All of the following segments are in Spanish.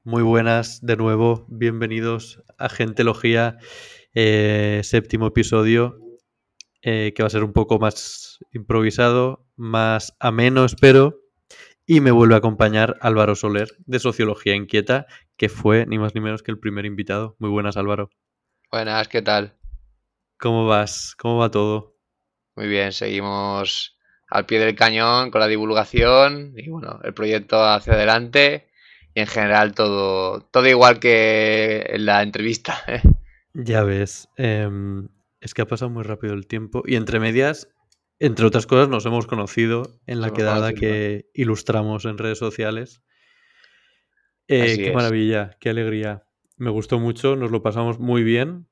Muy buenas de nuevo, bienvenidos a Gentelogía, séptimo episodio, que va a ser un poco más improvisado, más ameno espero, y me vuelve a acompañar Álvaro Soler de Sociología Inquieta, que fue ni más ni menos que el primer invitado. Muy buenas, Álvaro. Buenas, ¿qué tal? ¿Cómo vas? ¿Cómo va todo? Muy bien, seguimos al pie del cañón con la divulgación y bueno, el proyecto hacia adelante y en general todo igual que en la entrevista. Ya ves, es que ha pasado muy rápido el tiempo y entre medias, entre otras cosas, nos hemos conocido en Nos la hemos quedada conocido. que ilustramos en redes sociales. Así Qué es. maravilla, qué alegría. Me gustó mucho, nos lo pasamos muy bien.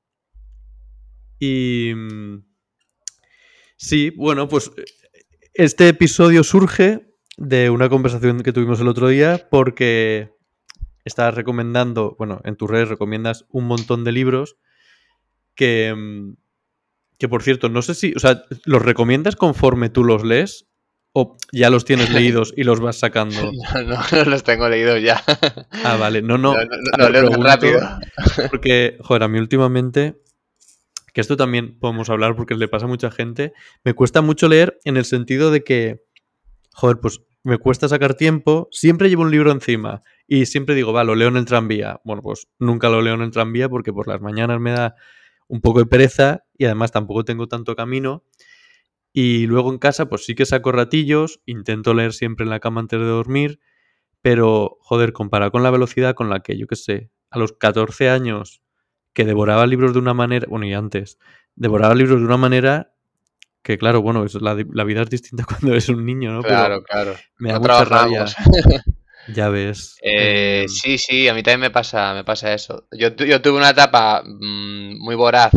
Y sí, bueno, pues este episodio surge de una conversación que tuvimos el otro día porque estabas recomendando, bueno, en tus redes recomiendas un montón de libros que, que por cierto, no sé si, o sea, ¿los recomiendas conforme tú los lees o ya los tienes leídos y los vas sacando? No los tengo leídos ya. Ah, vale, no, No, no, no, a no ver, leo tan rápido. pregunto porque, joder, a mí últimamente, que esto también podemos hablar porque le pasa a mucha gente, me cuesta mucho leer en el sentido de que, joder, pues me cuesta sacar tiempo, siempre llevo un libro encima y siempre digo, va, lo leo en el tranvía. Bueno, pues nunca lo leo en el tranvía porque por las mañanas me da un poco de pereza y además tampoco tengo tanto camino. Y luego en casa, pues sí que saco ratillos, intento leer siempre en la cama antes de dormir, pero, joder, comparado con la velocidad con la que, yo qué sé, a los 14 años, que devoraba libros de una manera, bueno, y antes, devoraba libros de una manera que, claro, bueno, la vida es distinta cuando eres un niño, ¿no? Pero Claro, claro. me da No mucha trabajamos. rabia, ya ves. Sí, sí, a mí también me pasa eso. Yo tuve una etapa muy voraz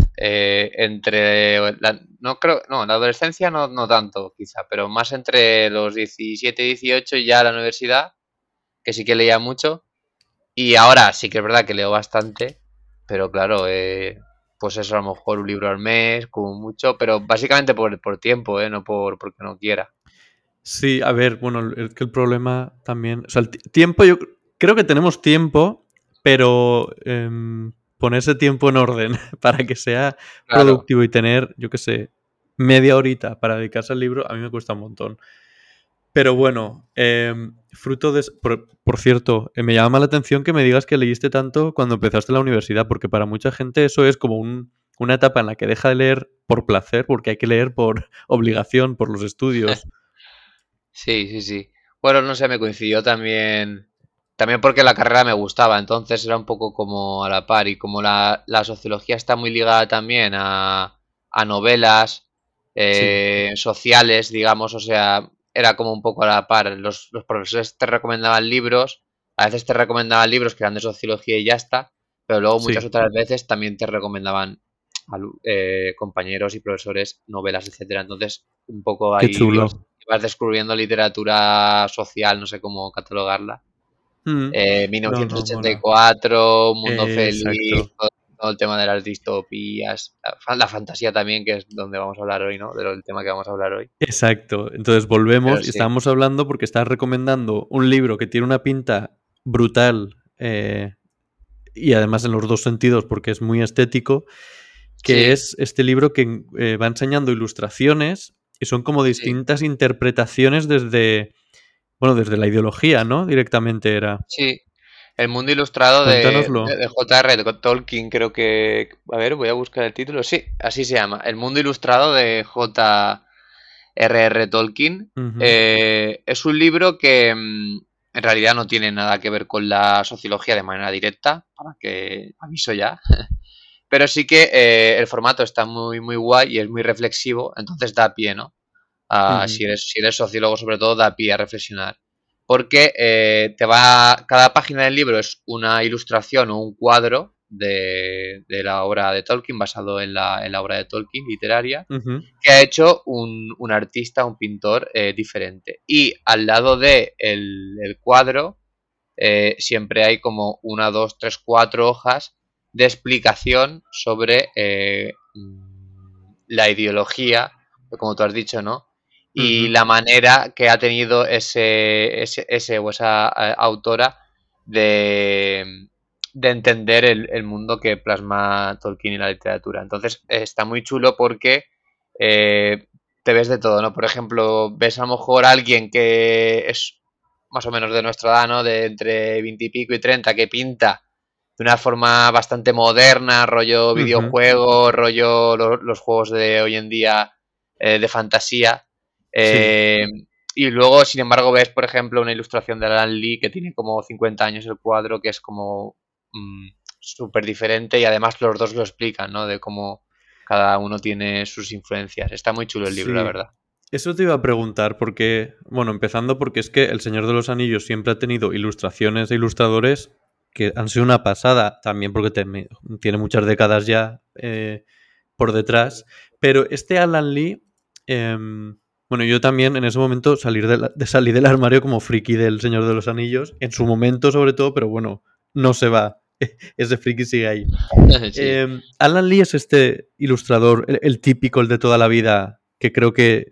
no creo, no, en la adolescencia no tanto, quizá, pero más entre los 17 y 18 y ya la universidad, que sí que leía mucho. Y ahora sí que es verdad que leo bastante, pero claro, pues eso, a lo mejor un libro al mes, como mucho, pero básicamente por tiempo, no porque no quiera. Sí, a ver, bueno, es que el problema también, o sea, el tiempo, yo creo que tenemos tiempo, pero poner ese tiempo en orden para que sea Claro. productivo y tener, yo qué sé, media horita para dedicarse al libro, a mí me cuesta un montón. Pero bueno, fruto de... Por cierto, me llama la atención que me digas que leíste tanto cuando empezaste la universidad, porque para mucha gente eso es como una etapa en la que deja de leer por placer, porque hay que leer por obligación, por los estudios. Sí, sí, sí. Bueno, no sé, me coincidió también porque la carrera me gustaba, entonces era un poco como a la par y como la sociología está muy ligada también a novelas Sí, sociales, digamos, o sea, era como un poco a la par. Los profesores te recomendaban libros, a veces te recomendaban libros que eran de sociología y ya está, pero luego muchas sí. otras veces también te recomendaban compañeros y profesores novelas, etcétera. Entonces, un poco Qué ahí chulo. vas descubriendo literatura social, no sé cómo catalogarla. Mm. No, no, mola. 1984, Un mundo feliz, Exacto. todo el tema de las distopías, la fantasía también, que es donde vamos a hablar hoy, ¿no? Del tema que vamos a hablar hoy. Exacto. Entonces Pero volvemos y sí, estábamos hablando porque estás recomendando un libro que tiene una pinta brutal y además en los dos sentidos porque es muy estético, que sí, es este libro que va enseñando ilustraciones y son como sí, distintas interpretaciones desde, bueno, desde la ideología, ¿no? Directamente era. sí. El mundo ilustrado Cuéntanoslo. de J.R. Tolkien, creo que... A ver, voy a buscar el título. Sí, así se llama. El mundo ilustrado de J.R.R. Tolkien. Ujú. Es un libro que en realidad no tiene nada que ver con la sociología de manera directa, para que aviso ya. Pero sí que el formato está muy, muy guay y es muy reflexivo, entonces da pie, ¿no? Ujú. Si eres sociólogo, sobre todo, da pie a reflexionar. Porque cada página del libro es una ilustración o un cuadro de la obra de Tolkien, basado en la obra de Tolkien literaria, Ujú. que ha hecho un artista, un pintor diferente. Y al lado de el cuadro siempre hay como una, dos, tres, cuatro hojas de explicación sobre la ideología, como tú has dicho, ¿no? Y Ujú. la manera que ha tenido ese o esa autora de, de entender el mundo que plasma Tolkien y la literatura. Entonces está muy chulo porque te ves de todo, ¿no? Por ejemplo, ves a lo mejor a alguien que es más o menos de nuestra edad, ¿no? De entre 20 y pico y 30, que pinta de una forma bastante moderna, rollo Ujú. videojuego, rollo los juegos de hoy en día de fantasía. Sí, Eh, y luego, sin embargo, ves, por ejemplo, una ilustración de Alan Lee que tiene como 50 años el cuadro, que es como súper diferente y además los dos lo explican, ¿no? De cómo cada uno tiene sus influencias. Está muy chulo el libro, la sí. verdad. Eso te iba a preguntar porque, bueno, empezando porque es que El Señor de los Anillos siempre ha tenido ilustraciones e ilustradores que han sido una pasada, también porque tiene muchas décadas ya por detrás, pero este Alan Lee, bueno, yo también en ese momento salí del armario como friki del Señor de los Anillos, en su momento sobre todo, pero bueno, no se va, ese friki sigue ahí. Sí, Alan Lee es este ilustrador, el típico, el de toda la vida, que creo que,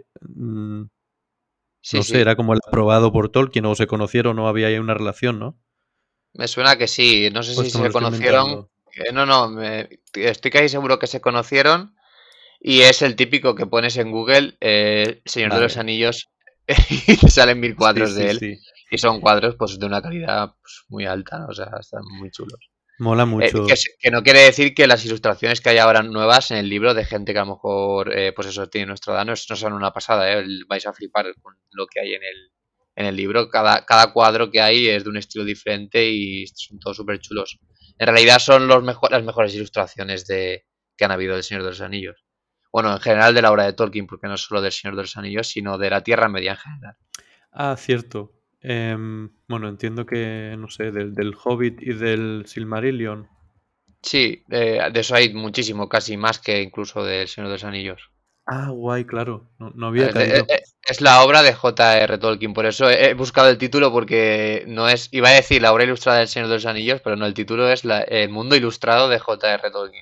sí, no sé, sí. era como el aprobado por Tolkien, o se conocieron, o había ahí una relación, ¿no? Me suena que sí. No sé O si esto me lo se estoy conocieron. inventando. No, no, estoy casi seguro que se conocieron. Y es el típico que pones en Google, Señor de los Vale. Anillos, y te salen 1000 Sí, cuadros sí, de él. sí. Y son cuadros pues de una calidad pues, muy alta, ¿no? O sea, están muy chulos. Mola mucho. Que no quiere decir que las ilustraciones que hay ahora nuevas en el libro de gente que a lo mejor, pues eso, tiene nuestra edad, no son una pasada, ¿eh? Vais a flipar con lo que hay en el libro. Cada cuadro que hay es de un estilo diferente y son todos súper chulos. En realidad son las mejores ilustraciones que han habido del Señor de los Anillos. Bueno, en general de la obra de Tolkien, porque no solo del Señor de los Anillos, sino de la Tierra Media en general. Ah, cierto. Bueno, entiendo que, no sé, del Hobbit y del Silmarillion. Sí, de eso hay muchísimo, casi más que incluso del Señor de los Anillos. Ah, guay, claro. No, no había caído. Es la obra de J.R. Tolkien, por eso he buscado el título porque no es, iba a decir la obra ilustrada del Señor de los Anillos, pero no, el título es El mundo ilustrado de J.R. Tolkien.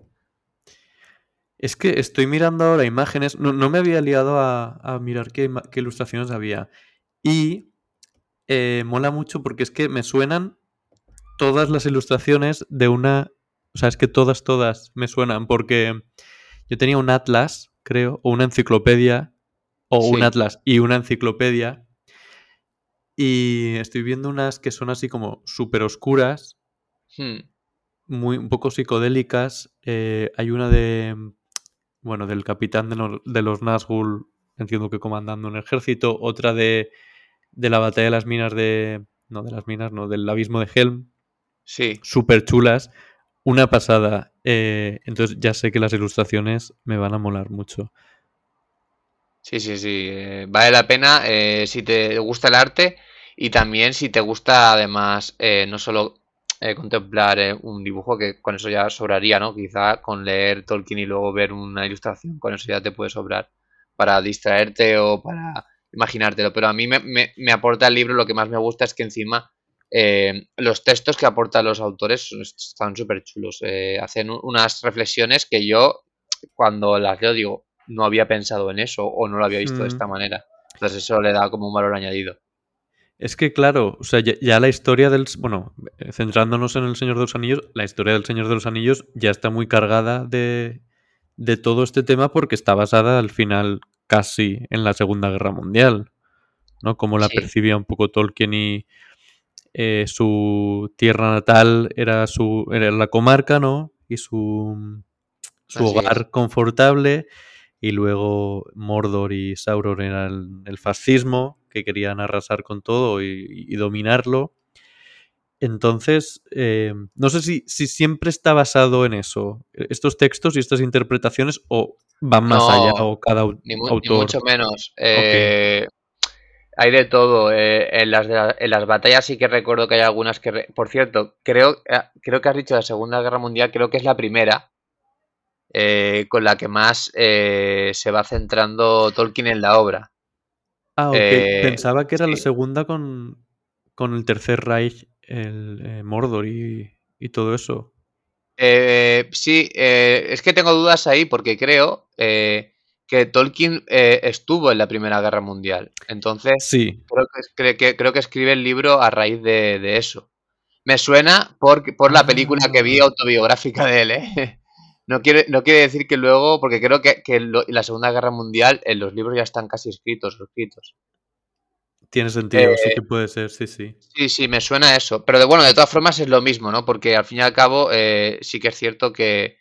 Es que estoy mirando ahora imágenes. No, no me había liado a mirar qué ilustraciones había. Y mola mucho porque es que me suenan todas las ilustraciones de una. O sea, es que todas me suenan porque yo tenía un atlas, creo, o una enciclopedia, o un Sí. atlas y una enciclopedia. Y estoy viendo unas que son así como súper oscuras, Hmm. un poco psicodélicas. Hay una de, bueno, del capitán de los Nazgûl, entiendo que comandando un ejército. Otra de la batalla de las minas no, de las minas, no, del abismo de Helm. Sí, Súper chulas. Una pasada. Entonces ya sé que las ilustraciones me van a molar mucho. sí, sí, sí. Vale la pena si te gusta el arte y también si te gusta además no solo contemplar un dibujo, que con eso ya sobraría, ¿no? Quizá con leer Tolkien y luego ver una ilustración, con eso ya te puede sobrar para distraerte o para imaginártelo. Pero a mí me aporta el libro, lo que más me gusta es que encima los textos que aportan los autores están súper chulos. Hacen unas reflexiones que yo cuando las leo digo, no había pensado en eso o no lo había visto de Hmm. esta manera. Entonces eso le da como un valor añadido. Es que, claro, o sea, ya la historia del. Bueno, centrándonos en El Señor de los Anillos, la historia del Señor de los Anillos ya está muy cargada de todo este tema porque está basada al final casi en la Segunda Guerra Mundial, ¿no? Como la Sí, percibía un poco Tolkien y su tierra natal era la comarca, ¿no? Y su así es. hogar confortable. Y luego Mordor y Sauron eran el fascismo, que querían arrasar con todo y dominarlo. Entonces, no sé si siempre está basado en eso, estos textos y estas interpretaciones, o van más allá, No, o cada ni mucho autor. menos. Ok. Hay de todo. En las batallas sí que recuerdo que hay algunas que... Por cierto, creo que has dicho la Segunda Guerra Mundial, creo que es la primera con la que más se va centrando Tolkien en la obra. Ah, ok. Pensaba que era la Sí. segunda con el Tercer Reich, el Mordor y todo eso. Sí, es que tengo dudas ahí porque creo que Tolkien estuvo en la Primera Guerra Mundial. Entonces, Sí. creo que escribe el libro a raíz de eso. Me suena por la película que vi Ah, autobiográfica de él, ¿eh? No quiere decir que luego, porque creo que la Segunda Guerra Mundial en los libros ya están casi escritos. tiene sentido, sí Eh, que puede ser, sí, sí. sí, sí, me suena eso. Pero bueno, de todas formas es lo mismo, ¿no? Porque al fin y al cabo sí que es cierto que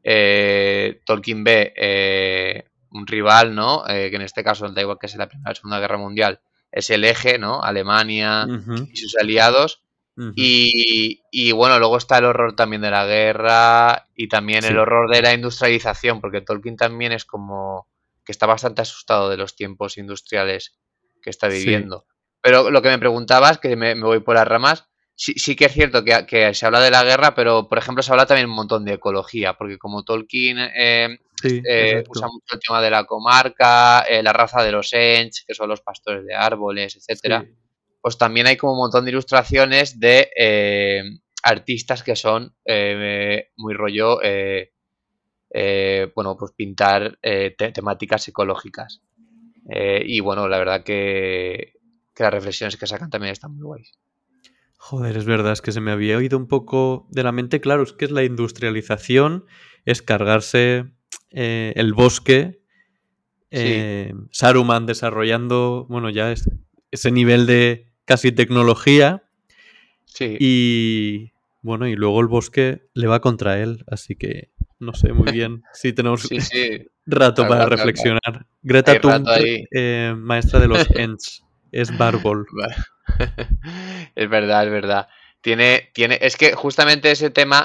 Tolkien ve un rival, ¿no? Que en este caso da igual que sea la Primera o Segunda Guerra Mundial, es el eje, ¿no? Alemania Ujú, y sus aliados. ujú. Y bueno, luego está el horror también de la guerra y también el Sí, horror de la industrialización, porque Tolkien también es como que está bastante asustado de los tiempos industriales que está sí, viviendo. Pero lo que me preguntabas, que me voy por las ramas, sí que es cierto que se habla de la guerra, pero por ejemplo se habla también un montón de ecología, porque como Tolkien sí, usa exacto. mucho el tema de la comarca, la raza de los Ents, que son los pastores de árboles, etcétera, Sí, pues también hay como un montón de ilustraciones de artistas que son muy rollo, bueno, pues pintar temáticas ecológicas. Y bueno, la verdad que las reflexiones que sacan también están muy guays. joder, es verdad, es que se me había oído un poco de la mente, claro, es que es la industrialización, es cargarse el bosque, Sí, Saruman desarrollando, bueno, ya es ese nivel de casi tecnología sí, y bueno, y luego el bosque le va contra él, así que no sé muy bien si tenemos sí, sí, rato tal para cual, tal cual. reflexionar. Hay Greta rato Thunberg, ahí. maestra de los Ents, es Bárbol. Vale. Es verdad, es verdad. Es que justamente ese tema,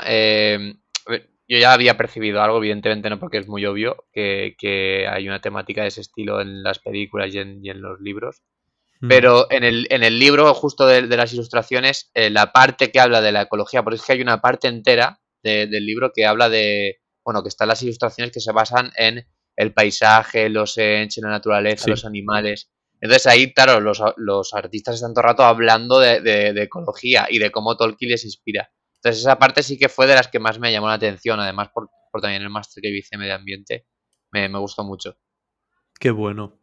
yo ya había percibido algo, evidentemente no porque es muy obvio, que hay una temática de ese estilo en las películas y en los libros. Mm, Pero en el libro, justo de las ilustraciones, la parte que habla de la ecología, porque es que hay una parte entera del libro que habla de, bueno, que están las ilustraciones que se basan en el paisaje, los ents, la naturaleza, los sí, animales. Entonces ahí, claro, los artistas están todo el rato hablando de ecología y de cómo Tolkien les inspira. Entonces esa parte sí que fue de las que más me llamó la atención, además por también el máster que hice en medio ambiente, me gustó mucho. qué bueno.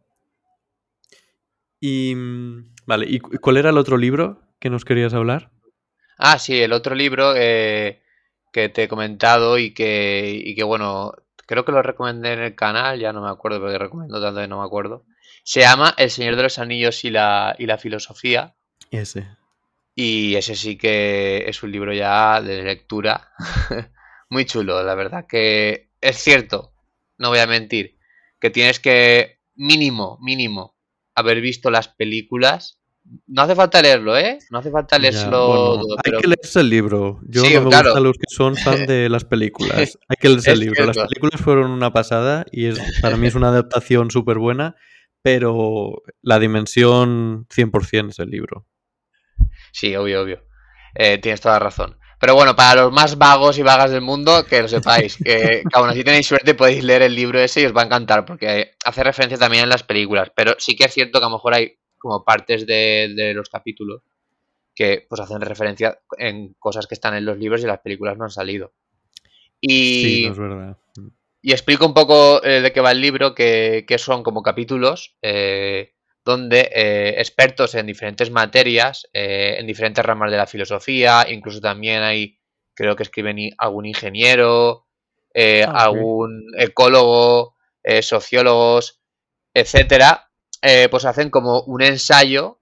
Y vale, ¿y cuál era el otro libro que nos querías hablar? Ah, sí, el otro libro que te he comentado y que, bueno, creo que lo recomendé en el canal, ya no me acuerdo porque recomiendo tanto que no me acuerdo. Se llama El Señor de los Anillos y la Filosofía. Ese. Y ese sí que es un libro ya de lectura muy chulo, la verdad. Que es cierto, no voy a mentir, que tienes que mínimo haber visto las películas. No hace falta leerlo, ¿eh? No hace falta Ya, leérselo bueno, todo, hay pero que leerse el libro. Yo sí, no me claro. gustan los que son fan de las películas. Hay que leerse el Es libro. Las cierto. películas fueron una pasada y para mí es una adaptación súper buena, pero la dimensión 100% es el libro. Sí, obvio, obvio. Tienes toda la razón. Pero bueno, para los más vagos y vagas del mundo, que lo sepáis, que aún así tenéis suerte, podéis leer el libro ese y os va a encantar, porque hace referencia también en las películas. Pero sí que es cierto que a lo mejor hay como partes de los capítulos que pues hacen referencia en cosas que están en los libros y las películas no han salido. Sí, no es Y, verdad. y explico un poco de qué va el libro, que son como capítulos donde expertos en diferentes materias, en diferentes ramas de la filosofía, incluso también hay, creo que escriben algún ingeniero, Ah, ok. algún ecólogo, sociólogos, etcétera, pues hacen como un ensayo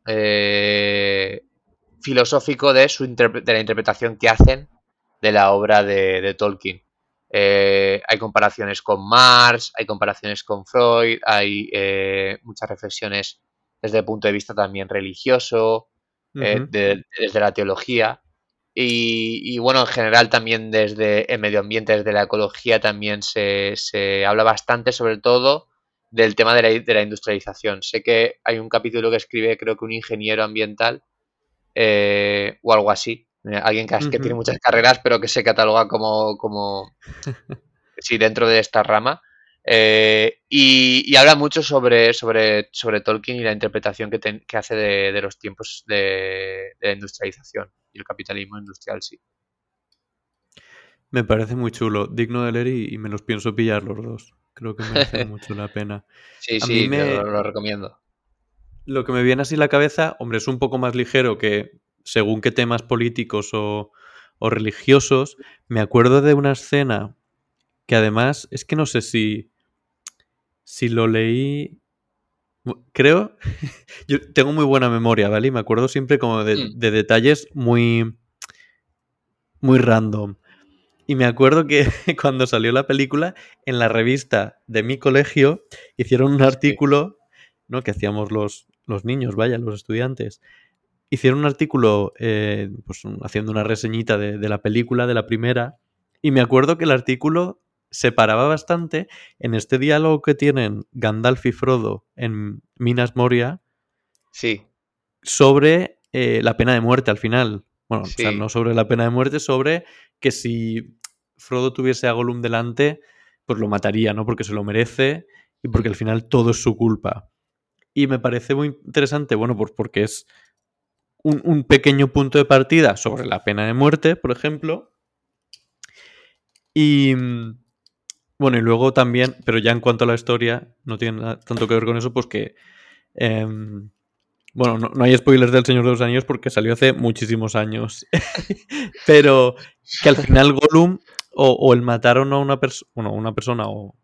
filosófico de la interpretación que hacen de la obra de Tolkien. Hay comparaciones con Marx, hay comparaciones con Freud, hay muchas reflexiones desde el punto de vista también religioso, Ujú. desde la teología. Y bueno, en general también desde el medio ambiente, desde la ecología también se habla bastante sobre todo del tema de la industrialización. Sé que hay un capítulo que escribe creo que un ingeniero ambiental o algo así. Alguien que tiene Ujú. muchas carreras, pero que se cataloga como sí, dentro de esta rama. Y habla mucho sobre Tolkien y la interpretación que hace de los tiempos de la industrialización y el capitalismo industrial, sí. Me parece muy chulo, digno de leer y me los pienso pillar los dos. Creo que merecen mucho la pena. Sí, A mí sí, lo recomiendo. lo que me viene así a la cabeza, hombre, es un poco más ligero que según qué temas políticos o religiosos, me acuerdo de una escena que además es que no sé si lo leí. Creo, yo tengo muy buena memoria, ¿vale? Y me acuerdo siempre como Mm, de detalles muy, muy random. Y me acuerdo que cuando salió la película, en la revista de mi colegio hicieron un sí, artículo, ¿no? Que hacíamos los niños, vaya, los estudiantes. Hicieron un artículo pues, haciendo una reseñita de la película, de la primera, y me acuerdo que el artículo se paraba bastante en este diálogo que tienen Gandalf y Frodo en Minas Moria sí, sobre la pena de muerte al final. Bueno, o sea, sí. no sobre la pena de muerte, sobre que si Frodo tuviese a Gollum delante, pues lo mataría, ¿no? Porque se lo merece y porque Mm, al final todo es su culpa. Y me parece muy interesante, bueno, pues porque es un pequeño punto de partida sobre la pena de muerte, por ejemplo. Y bueno, y luego también, pero ya en cuanto a la historia, no tiene tanto que ver con eso, pues que bueno, no hay spoilers del Señor de los Anillos porque salió hace muchísimos años. Pero que al final Gollum o el mataron a una, bueno, una persona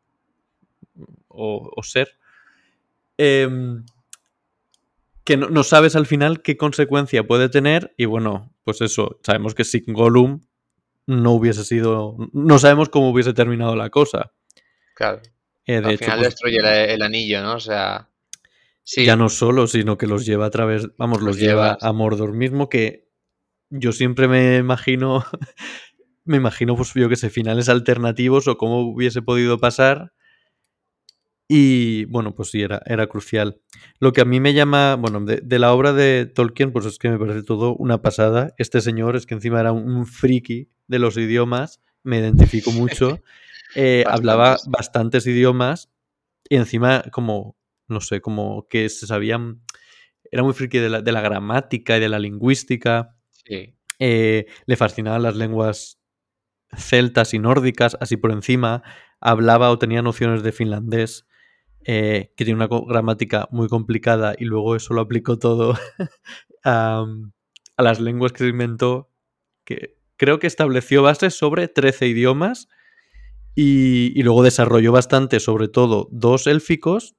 o ser, eh, que no sabes al final qué consecuencia puede tener. Y bueno, pues eso, sabemos que sin Gollum no hubiese sido. No sabemos cómo hubiese terminado la cosa. claro. De Al hecho, final pues destruye el anillo, ¿no? O sea, ya sí, no solo, sino que los lleva a través. Vamos, los los lleva llevas. a Mordor mismo, que yo siempre me imagino. Me imagino, pues yo que sé, finales alternativos o cómo hubiese podido pasar. Y bueno, pues sí, era crucial. Lo que a mí me llama, bueno, de la obra de Tolkien, pues es que me parece todo una pasada. Este señor es que encima era un friki de los idiomas, me identifico mucho. Hablaba Bastantes. bastantes idiomas y encima como, no sé, como que se sabían, era muy friki de la gramática y de la lingüística. Sí, Le fascinaban las lenguas celtas y nórdicas, así por encima. Hablaba o tenía nociones de finlandés que tiene una gramática muy complicada y luego eso lo aplicó todo a, a las lenguas que se inventó, que creo que estableció bases sobre 13 idiomas y luego desarrolló bastante, sobre todo dos élficos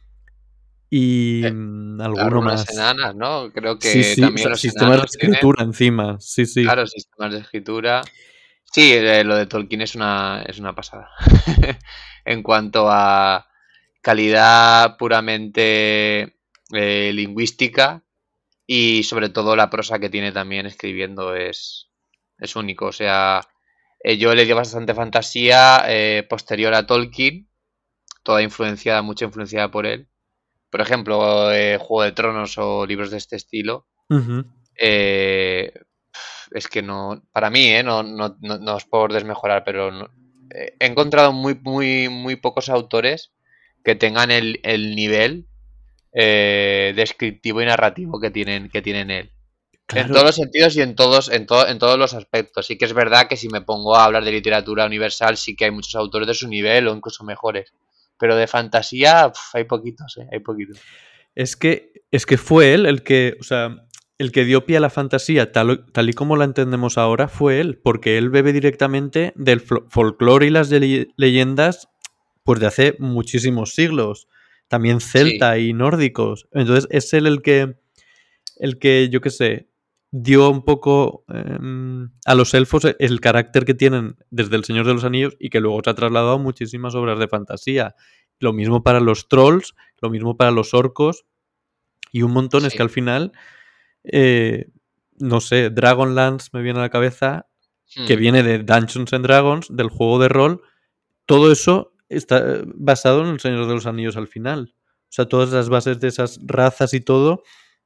y eh, las alguno runas más. enanas, ¿no? Creo Sí, que sí, o también sea, los sistemas de enanos tienen, escritura encima, sí, sí. claro, sistemas de escritura. Sí, lo de Tolkien es una pasada. En cuanto a calidad puramente lingüística y sobre todo la prosa que tiene también escribiendo es único. O sea, yo le dio bastante fantasía posterior a Tolkien, toda influenciada, mucha influenciada por él. Por ejemplo, Juego de Tronos o libros de este estilo. Ujú. eh, es que no, para mí, no es por desmejorar, pero he encontrado muy pocos autores que tengan el nivel descriptivo y narrativo que tienen él. En Claro, todos los sentidos y en todos los aspectos. Sí que es verdad que si me pongo a hablar de literatura universal, sí que hay muchos autores de su nivel o incluso mejores. Pero de fantasía, hay poquitos, hay poquitos. es que fue él el que, o sea, el que dio pie a la fantasía tal y como la entendemos ahora fue él, porque él bebe directamente del folclore y las leyendas pues de hace muchísimos siglos, también Sí, celta y nórdicos. Entonces es él el que yo qué sé, dio un poco a los elfos el carácter que tienen desde El Señor de los Anillos y que luego se ha trasladado a muchísimas obras de fantasía. Lo mismo para los trolls, lo mismo para los orcos y un montón. Es que sí. al final, eh, no sé, Dragonlance me viene a la cabeza, que Hmm, viene de Dungeons and Dragons, del juego de rol. Todo eso está basado en El Señor de los Anillos al final. O sea, todas las bases de esas razas y todo.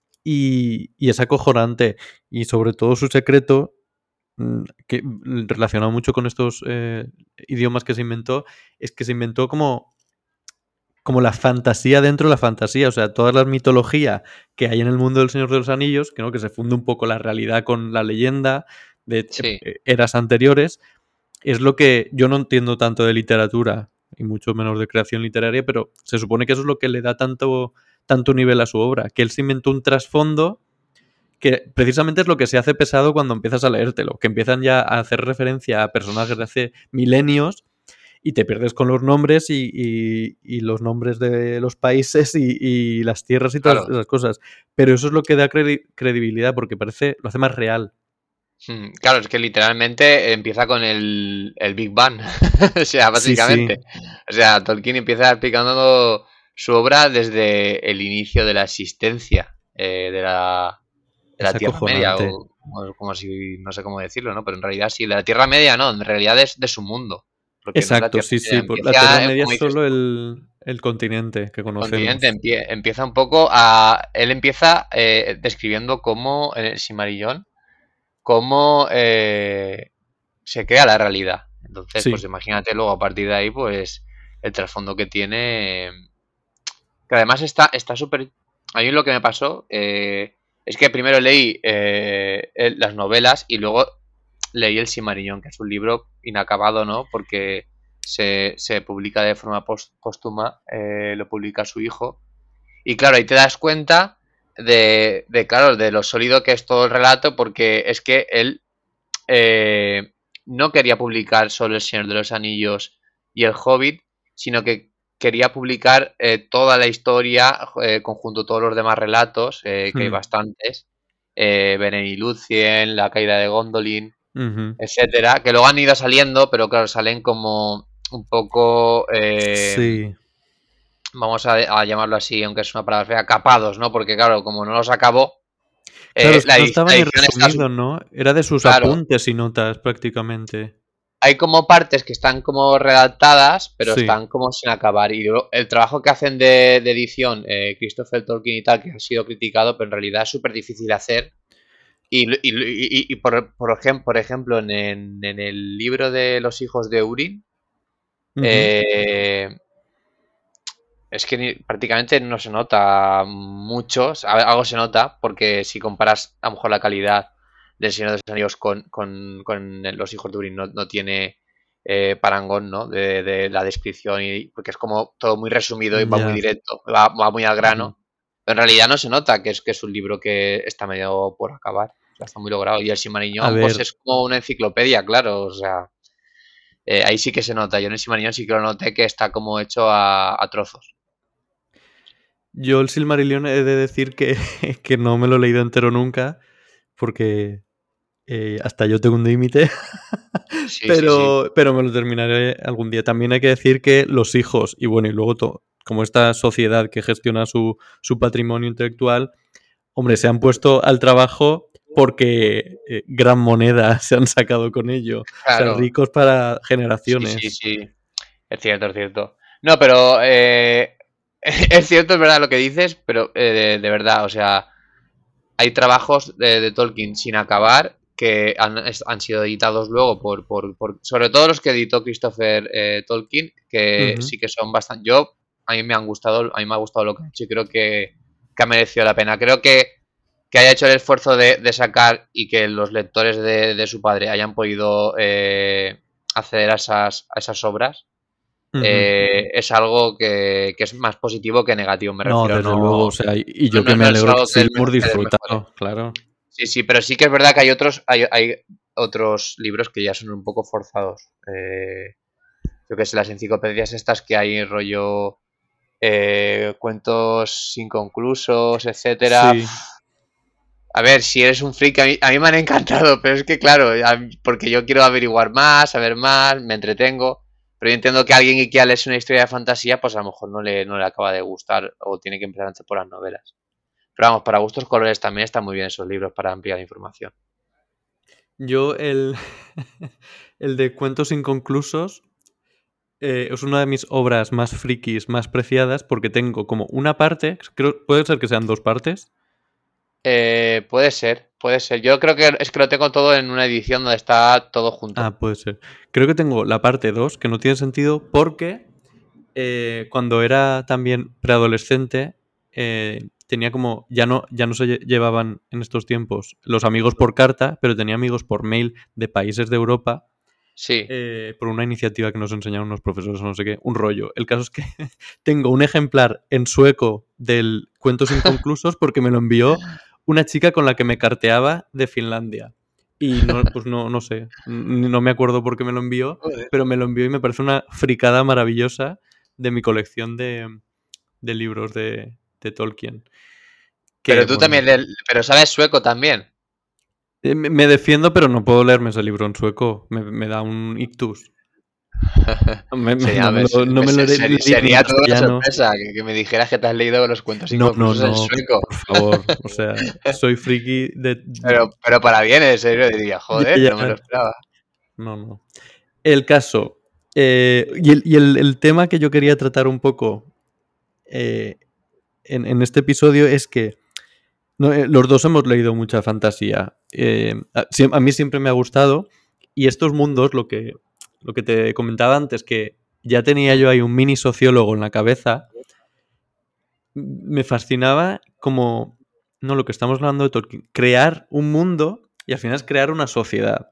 Y es acojonante. Y sobre todo su secreto, que relacionado mucho con estos idiomas que se inventó, es que se inventó como la fantasía dentro de la fantasía. O sea, toda la mitología que hay en el mundo del Señor de los Anillos, que, ¿no? Que se funde un poco la realidad con la leyenda de sí, eras anteriores, es lo que yo no entiendo tanto de literatura y mucho menos de creación literaria, pero se supone que eso es lo que le da tanto nivel a su obra, que él se inventó un trasfondo que precisamente es lo que se hace pesado cuando empiezas a leértelo, que empiezan ya a hacer referencia a personajes de hace milenios y te pierdes con los nombres y los nombres de los países y las tierras y todas Claro. esas cosas. Pero eso es lo que da credibilidad porque lo hace más real. Claro, es que literalmente empieza con el Big Bang. O sea, Sí, básicamente. sí. O sea, Tolkien empieza explicando su obra desde el inicio de la existencia de la Es Tierra Media, acojonante. o como si, no sé cómo decirlo, ¿no? Pero en realidad sí, de la Tierra Media no, en realidad es de su mundo. Porque no es la Exacto, Tierra sí, Media, sí. La Tierra empieza, Media es como dices solo tú, el continente que continente, conocemos. empieza un poco a... Él empieza describiendo cómo en el Silmarillion cómo se crea la realidad. Entonces, pues Sí. imagínate luego a partir de ahí, pues el trasfondo que tiene. Que además está súper... A mí lo que me pasó es que primero leí las novelas y luego leí El Silmarillion, que es un libro inacabado, ¿no? Porque se publica de forma póstuma, lo publica su hijo. Y claro, ahí te das cuenta claro, de lo sólido que es todo el relato, porque es que él no quería publicar solo El Señor de los Anillos y El Hobbit, sino que quería publicar toda la historia conjunto a todos los demás relatos, que hay Hmm. bastantes, Beren y Lúthien, La caída de Gondolin, Ujú. etcétera, que luego han ido saliendo, pero claro, salen como un poco, Sí. vamos a llamarlo así, aunque es una palabra fea, capados, ¿no? Porque claro, como no los acabó, Claro, es que no estaba la ni edición está... resumido, ¿no? Era de sus Claro, apuntes y notas prácticamente. hay como partes que están como redactadas, pero Sí. están como sin acabar. Y luego el trabajo que hacen de edición Christopher Tolkien y tal, que ha sido criticado, pero en realidad es súper difícil de hacer. Y por ejemplo, en el libro de los hijos de Urin, Ujú. eh, es que prácticamente no se nota mucho. Algo se nota, porque si comparas a lo mejor la calidad del Señor de los Anillos con los hijos de Urin, no tiene parangón, ¿no? De la descripción, porque es como todo muy resumido y va muy Ya. directo, va muy al Ujú. grano. Pero en realidad no se nota que es un libro que está medio por acabar. O sea, está muy logrado. Y el A Silmarillion, pues ver, es como una enciclopedia, claro. O sea, ahí sí que se nota. Yo en el Silmarillion sí que lo noté que está como hecho a trozos. yo el Silmarillion he de decir que, que no me lo he leído entero nunca, porque hasta yo tengo un límite, Sí, sí, sí. pero me lo terminaré algún día. También hay que decir que los hijos, y bueno, y luego como esta sociedad que gestiona su patrimonio intelectual, hombre, se han puesto al trabajo porque gran moneda se han sacado con ello. O sea, Claro. ricos para Sí, sí, generaciones. sí. Es cierto, es cierto. No, pero es cierto, es verdad lo que dices, pero de verdad, o sea, hay trabajos de Tolkien sin acabar que han sido editados luego sobre todo los que editó Christopher Tolkien, que Ujú. sí que son bastante... A mí me han gustado, a mí me ha gustado lo que ha hecho y creo que ha merecido la pena. Creo que haya hecho el esfuerzo de sacar y que los lectores de su padre hayan podido acceder a esas obras, Ujú. es algo que es más positivo que negativo, me No, refiero. desde luego, o No, sea, y no, yo que no, me no es alegro que algo sí lo hemos que desmejore. disfrutado, claro. Sí, sí, pero sí que es verdad que hay otros libros que ya son un poco forzados. Yo que sé, las enciclopedias estas que hay rollo cuentos inconclusos, etcétera. Sí, A ver, si eres un freak, a mí me han encantado, pero es que claro, porque yo quiero averiguar más, saber más, me entretengo, pero yo entiendo que alguien que quiera leerse una historia de fantasía, pues a lo mejor no le acaba de gustar o tiene que empezar antes por las novelas. Pero vamos, para gustos colores también están muy bien esos libros para ampliar información. yo el de cuentos inconclusos es una de mis obras más frikis, más preciadas, porque tengo como una parte, creo, puede ser que sean dos partes. Puede ser, puede ser. Yo creo que es que lo tengo todo en una edición donde está todo junto. Ah, puede ser. Creo que tengo la parte 2 que no tiene sentido porque cuando era también preadolescente tenía como, ya no se llevaban en estos tiempos los amigos por carta, pero tenía amigos por mail de países de Europa Sí. por una iniciativa que nos enseñaron unos profesores o no sé qué, un rollo. El caso es que tengo un ejemplar en sueco del Cuentos Inconclusos porque me lo envió una chica con la que me carteaba de Finlandia. Y pues no sé, no me acuerdo por qué me lo envió, Joder. pero me lo envió y me parece una fricada maravillosa de mi colección de libros de Tolkien. Que, Pero tú bueno, también, pero sabes sueco también. me defiendo, pero no puedo leerme ese libro en sueco. Me da un ictus. Sí, No a me ver, lo, no me lo leería ni en sería toda una castellano. sorpresa que me dijeras que te has leído los cuentos inconclusos en No, sueco. por favor. O sea, soy friki de... Pero para bien, en serio, diría, Ya, joder, no me lo ya. esperaba. No. El caso. El tema que yo quería tratar un poco en este episodio es que los dos hemos leído mucha fantasía. A mí siempre me ha gustado. Y estos mundos, lo que te comentaba antes, que ya tenía yo ahí un mini sociólogo en la cabeza, me fascinaba como, no, lo que estamos hablando de Tolkien, crear un mundo y al final es crear una sociedad.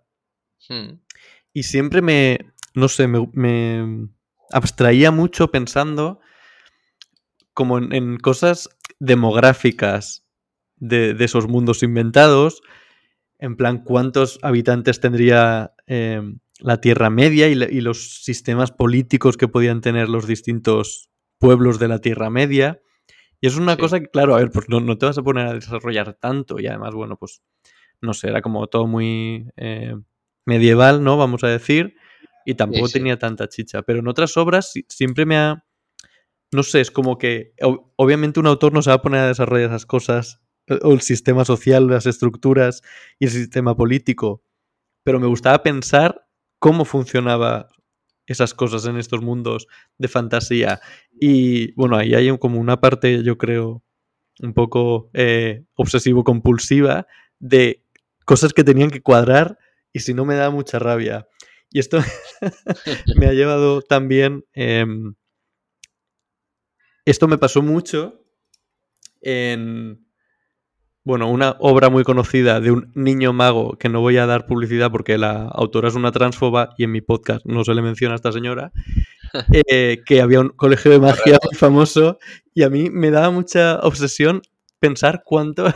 Y siempre no sé, me abstraía mucho pensando como en cosas demográficas de esos mundos inventados, en plan cuántos habitantes tendría la Tierra Media y los sistemas políticos que podían tener los distintos pueblos de la Tierra Media. Y es una Sí, cosa que, claro, a ver, pues no te vas a poner a desarrollar tanto y además, bueno, pues no sé, era como todo muy medieval, ¿no? Vamos a decir, y sí, tampoco sí. tenía tanta chicha. Pero en otras obras siempre me ha... No sé, es como que obviamente un autor no se va a poner a desarrollar esas cosas, o el sistema social, las estructuras y el sistema político, pero me gustaba pensar cómo funcionaba esas cosas en estos mundos de fantasía. Y bueno, ahí hay como una parte, yo creo, un poco obsesivo-compulsiva de cosas que tenían que cuadrar y si no me da mucha rabia. Y esto me ha llevado también... esto me pasó mucho en... Bueno, una obra muy conocida de un niño mago, que no voy a dar publicidad porque la autora es una transfoba y en mi podcast no se le menciona a esta señora, que había un colegio de magia Correcto. muy famoso y a mí me daba mucha obsesión pensar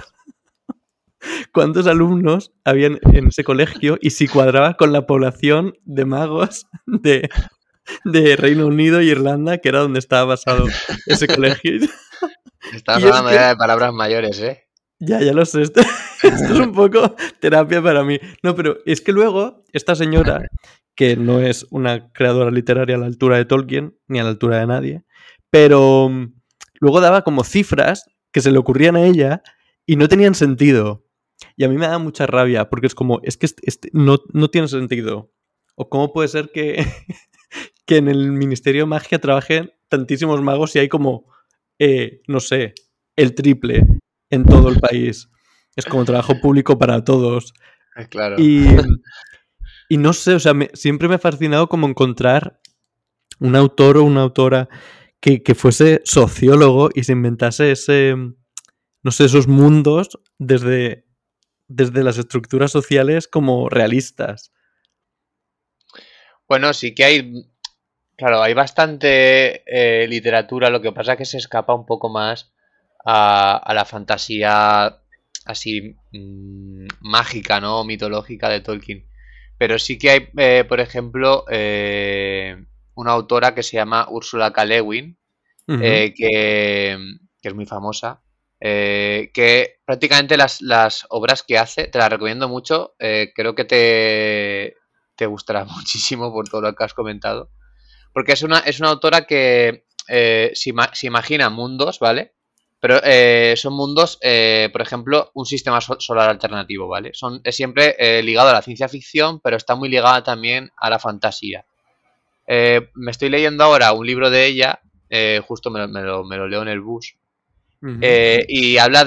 cuántos alumnos habían en ese colegio y si cuadraba con la población de magos de Reino Unido y Irlanda, que era donde estaba basado ese colegio. Estás Y es hablando que, ya de palabras mayores, ¿eh? ya lo sé, esto es un poco terapia para mí. No, pero es que luego esta señora, que no es una creadora literaria a la altura de Tolkien, ni a la altura de nadie, pero luego daba como cifras que se le ocurrían a ella y no tenían sentido. Y a mí me da mucha rabia, porque es como, es que no tiene sentido. O cómo puede ser que, que en el Ministerio de Magia trabajen tantísimos magos y hay como, no sé, el triple en todo el país. Es como trabajo público para todos. Claro. Y, y no sé, o sea, siempre me ha fascinado como encontrar un autor o una autora que fuese sociólogo y se inventase no sé, esos mundos desde las estructuras sociales como realistas. Bueno, sí que hay, claro, hay bastante literatura, lo que pasa es que se escapa un poco más a la fantasía así mágica, ¿no? Mitológica de Tolkien. Pero sí que hay, por ejemplo, una autora que se llama Ursula K. Le Guin, Ujú. que es muy famosa, que prácticamente las obras que hace, te las recomiendo mucho, creo que te gustará muchísimo por todo lo que has comentado, porque es una autora que se imagina mundos, ¿vale? Pero son mundos, por ejemplo, un sistema solar alternativo, ¿vale? Es siempre ligado a la ciencia ficción, pero está muy ligada también a la fantasía. Me estoy leyendo ahora un libro de ella, justo me lo leo en el bus, Ujú. y habla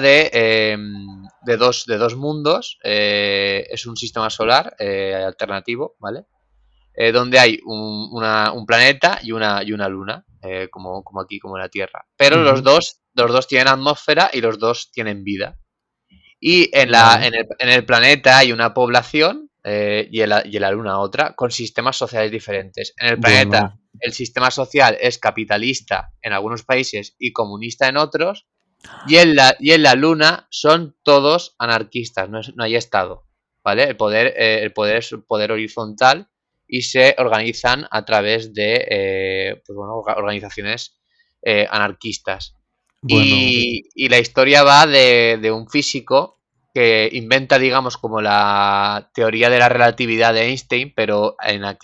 de dos mundos. Es un sistema solar alternativo, ¿vale? Donde hay un planeta y una luna, como aquí, como la Tierra. Pero Ujú. los dos tienen atmósfera y los dos tienen vida. Y Vale. en el planeta hay una población y en la Luna otra, con sistemas sociales diferentes. En el planeta Bueno, el sistema social es capitalista en algunos países y comunista en otros, Y en la Luna son todos anarquistas, no hay Estado, ¿vale? El poder es un poder horizontal y se organizan a través de pues bueno, organizaciones anarquistas. Bueno, Y la historia va de un físico que inventa, digamos, como la teoría de la relatividad de Einstein, pero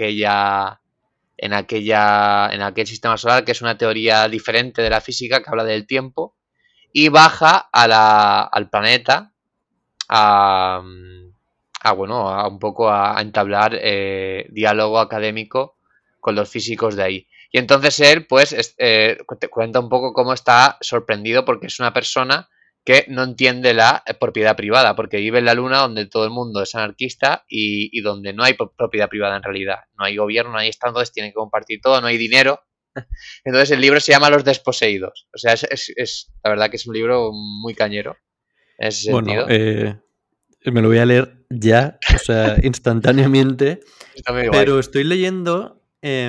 en aquel sistema solar, que es una teoría diferente de la física que habla del tiempo, y baja al planeta a, bueno, a un poco a entablar diálogo académico con los físicos de ahí. Y entonces él, pues, te cuenta un poco cómo está sorprendido porque es una persona que no entiende la propiedad privada, porque vive en la luna donde todo el mundo es anarquista y donde no hay propiedad privada en realidad. No hay gobierno, no hay Estado, entonces tienen que compartir todo, no hay dinero. Entonces el libro se llama Los Desposeídos. O sea, la verdad que es un libro muy cañero en ese bueno, sentido. me lo voy a leer ya, o sea, instantáneamente, Está muy guay. pero estoy leyendo...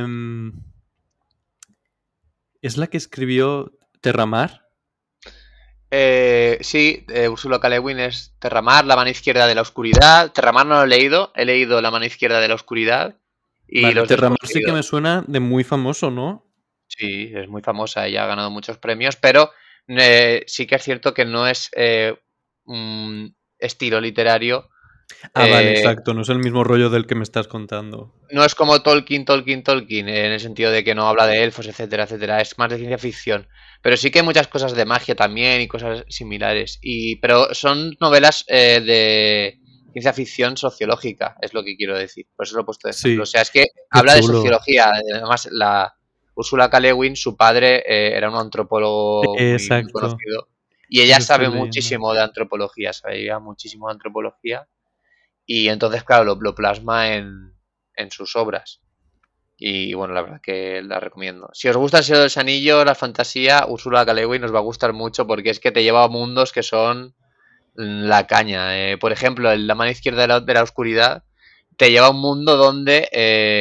¿es la que escribió Terramar? Sí, Úrsula K. Le Guin es Terramar, La mano izquierda de la oscuridad. Terramar no lo he leído La mano izquierda de la oscuridad y Vale, Los Terramar sí que me Desposeídos. suena de muy famoso, ¿no? Sí, es muy famosa, ella ha ganado muchos premios, pero sí que es cierto que no es un estilo literario. Ah, vale, eh, exacto, no es el mismo rollo del que me estás contando. no es como Tolkien, en el sentido de que no habla de elfos, etcétera, etcétera. Es más de ciencia ficción. Pero sí que hay muchas cosas de magia también y cosas similares. Pero son novelas de ciencia ficción sociológica, es lo que quiero decir. Por eso lo he puesto de ejemplo. O Sí, sea, es que qué habla de chulo. sociología. Además, la Ursula K. Le Guin, su padre, era un antropólogo muy, muy Exacto, conocido. Y ella eso estoy sabe leyendo. muchísimo de antropología, sabía muchísimo de antropología y entonces, claro, lo plasma en sus obras. Y bueno, la verdad que la recomiendo. Si os gusta el Señor de los Anillos, la fantasía, Ursula K. Le Guin nos va a gustar mucho porque es que te lleva a mundos que son la caña. Por ejemplo, en La mano izquierda de la oscuridad te lleva a un mundo donde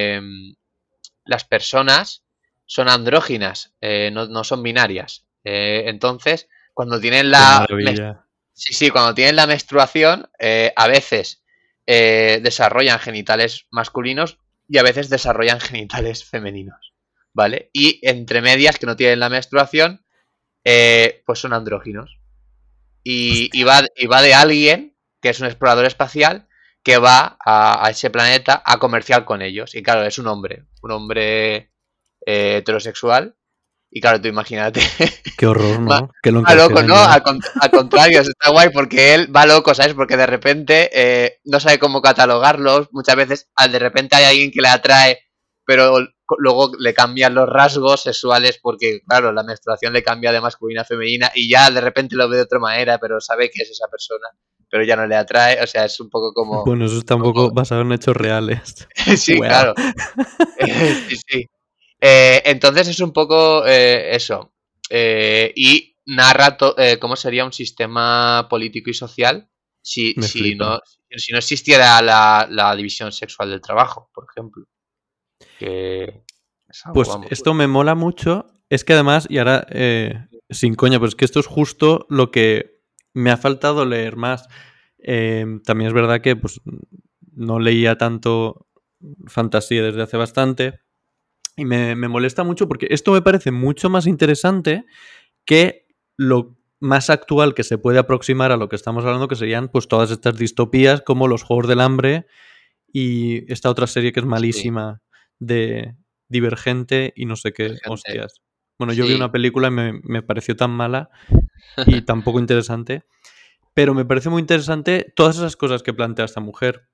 las personas son andróginas, no son binarias. Entonces, cuando tienen Qué la maravilla. sí, sí, cuando tienen la menstruación, a veces desarrollan genitales masculinos y a veces desarrollan genitales femeninos, ¿vale? Y entre medias que no tienen la menstruación, pues son andróginos. Hostia, Y va de alguien, que es un explorador espacial, que va a ese planeta a comerciar con ellos. Y claro, es un hombre heterosexual. Y claro, tú imagínate. qué horror, Va, ¿no? Que lo va loco, encarcelan ¿no? ya. Al contrario, está guay porque él va loco, ¿sabes? Porque de repente no sabe cómo catalogarlos. Muchas veces, de repente hay alguien que le atrae, pero luego le cambian los rasgos sexuales porque, claro, la menstruación le cambia de masculina a femenina y ya de repente lo ve de otra manera, pero sabe que es esa persona, pero ya no le atrae. O sea, es un poco como. Bueno, eso está un poco basado en hechos reales. Sí, Wow. claro. Sí, sí. Entonces es un poco eso. Y narra cómo sería un sistema político y social si, Me si, flipa. no, si no existiera la división sexual del trabajo, por ejemplo. Que es algo, Pues vamos. esto me mola mucho. Es que además, y ahora, sin coña, pues es que esto es justo lo que me ha faltado leer más. También es verdad que pues, no leía tanto fantasía desde hace bastante. Y me molesta mucho porque esto me parece mucho más interesante que lo más actual que se puede aproximar a lo que estamos hablando, que serían pues todas estas distopías como los Juegos del Hambre y esta otra serie que es Sí, malísima de Divergente y no sé qué, gente. hostias. Bueno, yo vi una Sí, película y me pareció tan mala y tan poco interesante, pero me parece muy interesante todas esas cosas que plantea esta mujer,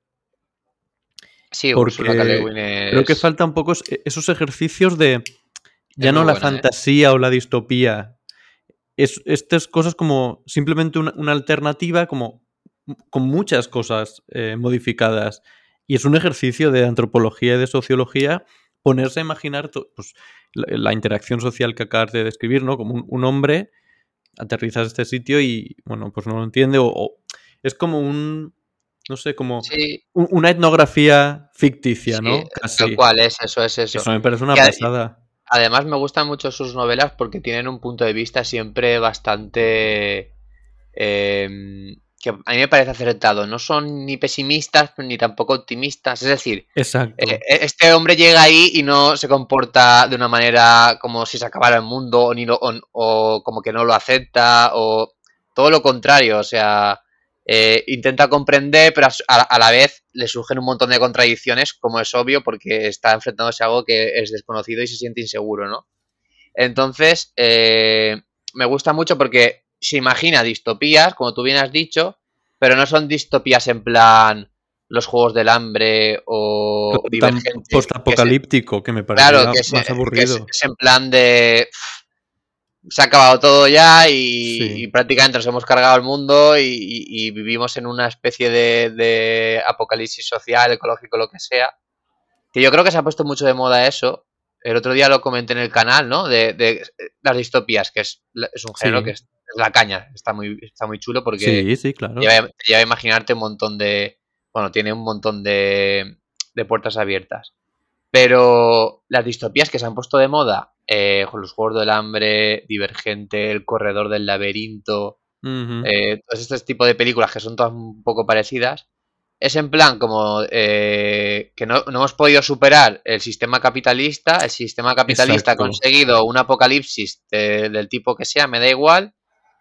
sí, Ursula K. Le porque Guin creo que es falta un poco esos ejercicios de ya muy no la buena, ¿eh? fantasía o la distopía, estas cosas como simplemente una alternativa como con muchas cosas modificadas. Y es un ejercicio de antropología y de sociología ponerse a imaginar pues, la interacción social que acabas de describir, ¿no? Como un hombre aterriza a este sitio y, bueno, pues no lo entiende o es como no sé, como Sí, una etnografía ficticia, sí, ¿no? tal Casi. cual, es eso, es eso. Eso me parece Y, una pasada. además me gustan mucho sus novelas porque tienen un punto de vista siempre bastante... que a mí me parece acertado. No son ni pesimistas ni tampoco optimistas. Es decir, Exacto. este hombre llega ahí y no se comporta de una manera como si se acabara el mundo o como que no lo acepta o todo lo contrario. O sea, intenta comprender, pero a la vez le surgen un montón de contradicciones, como es obvio, porque está enfrentándose a algo que es desconocido y se siente inseguro, ¿no? Entonces, me gusta mucho porque se imagina distopías, como tú bien has dicho, pero no son distopías en plan los Juegos del Hambre o Claro, tan Divergente, postapocalíptico que me claro, parecería más aburrido. es en plan de se ha acabado todo ya y Sí, prácticamente nos hemos cargado el mundo y vivimos en una especie de apocalipsis social, ecológico, lo que sea. Que yo creo que se ha puesto mucho de moda eso. El otro día lo comenté en el canal, ¿no? De las distopías, que es un género que sí, es la caña. Está muy chulo porque sí, sí, claro. te lleva a imaginarte un montón de... Bueno, tiene un montón de puertas abiertas. Pero las distopías que se han puesto de moda, con los Juegos del Hambre, Divergente, El Corredor del Laberinto, Ujú. todos estos tipos de películas que son todas un poco parecidas, es en plan como que no hemos podido superar el sistema capitalista ha Exacto. conseguido un apocalipsis del tipo que sea, me da igual,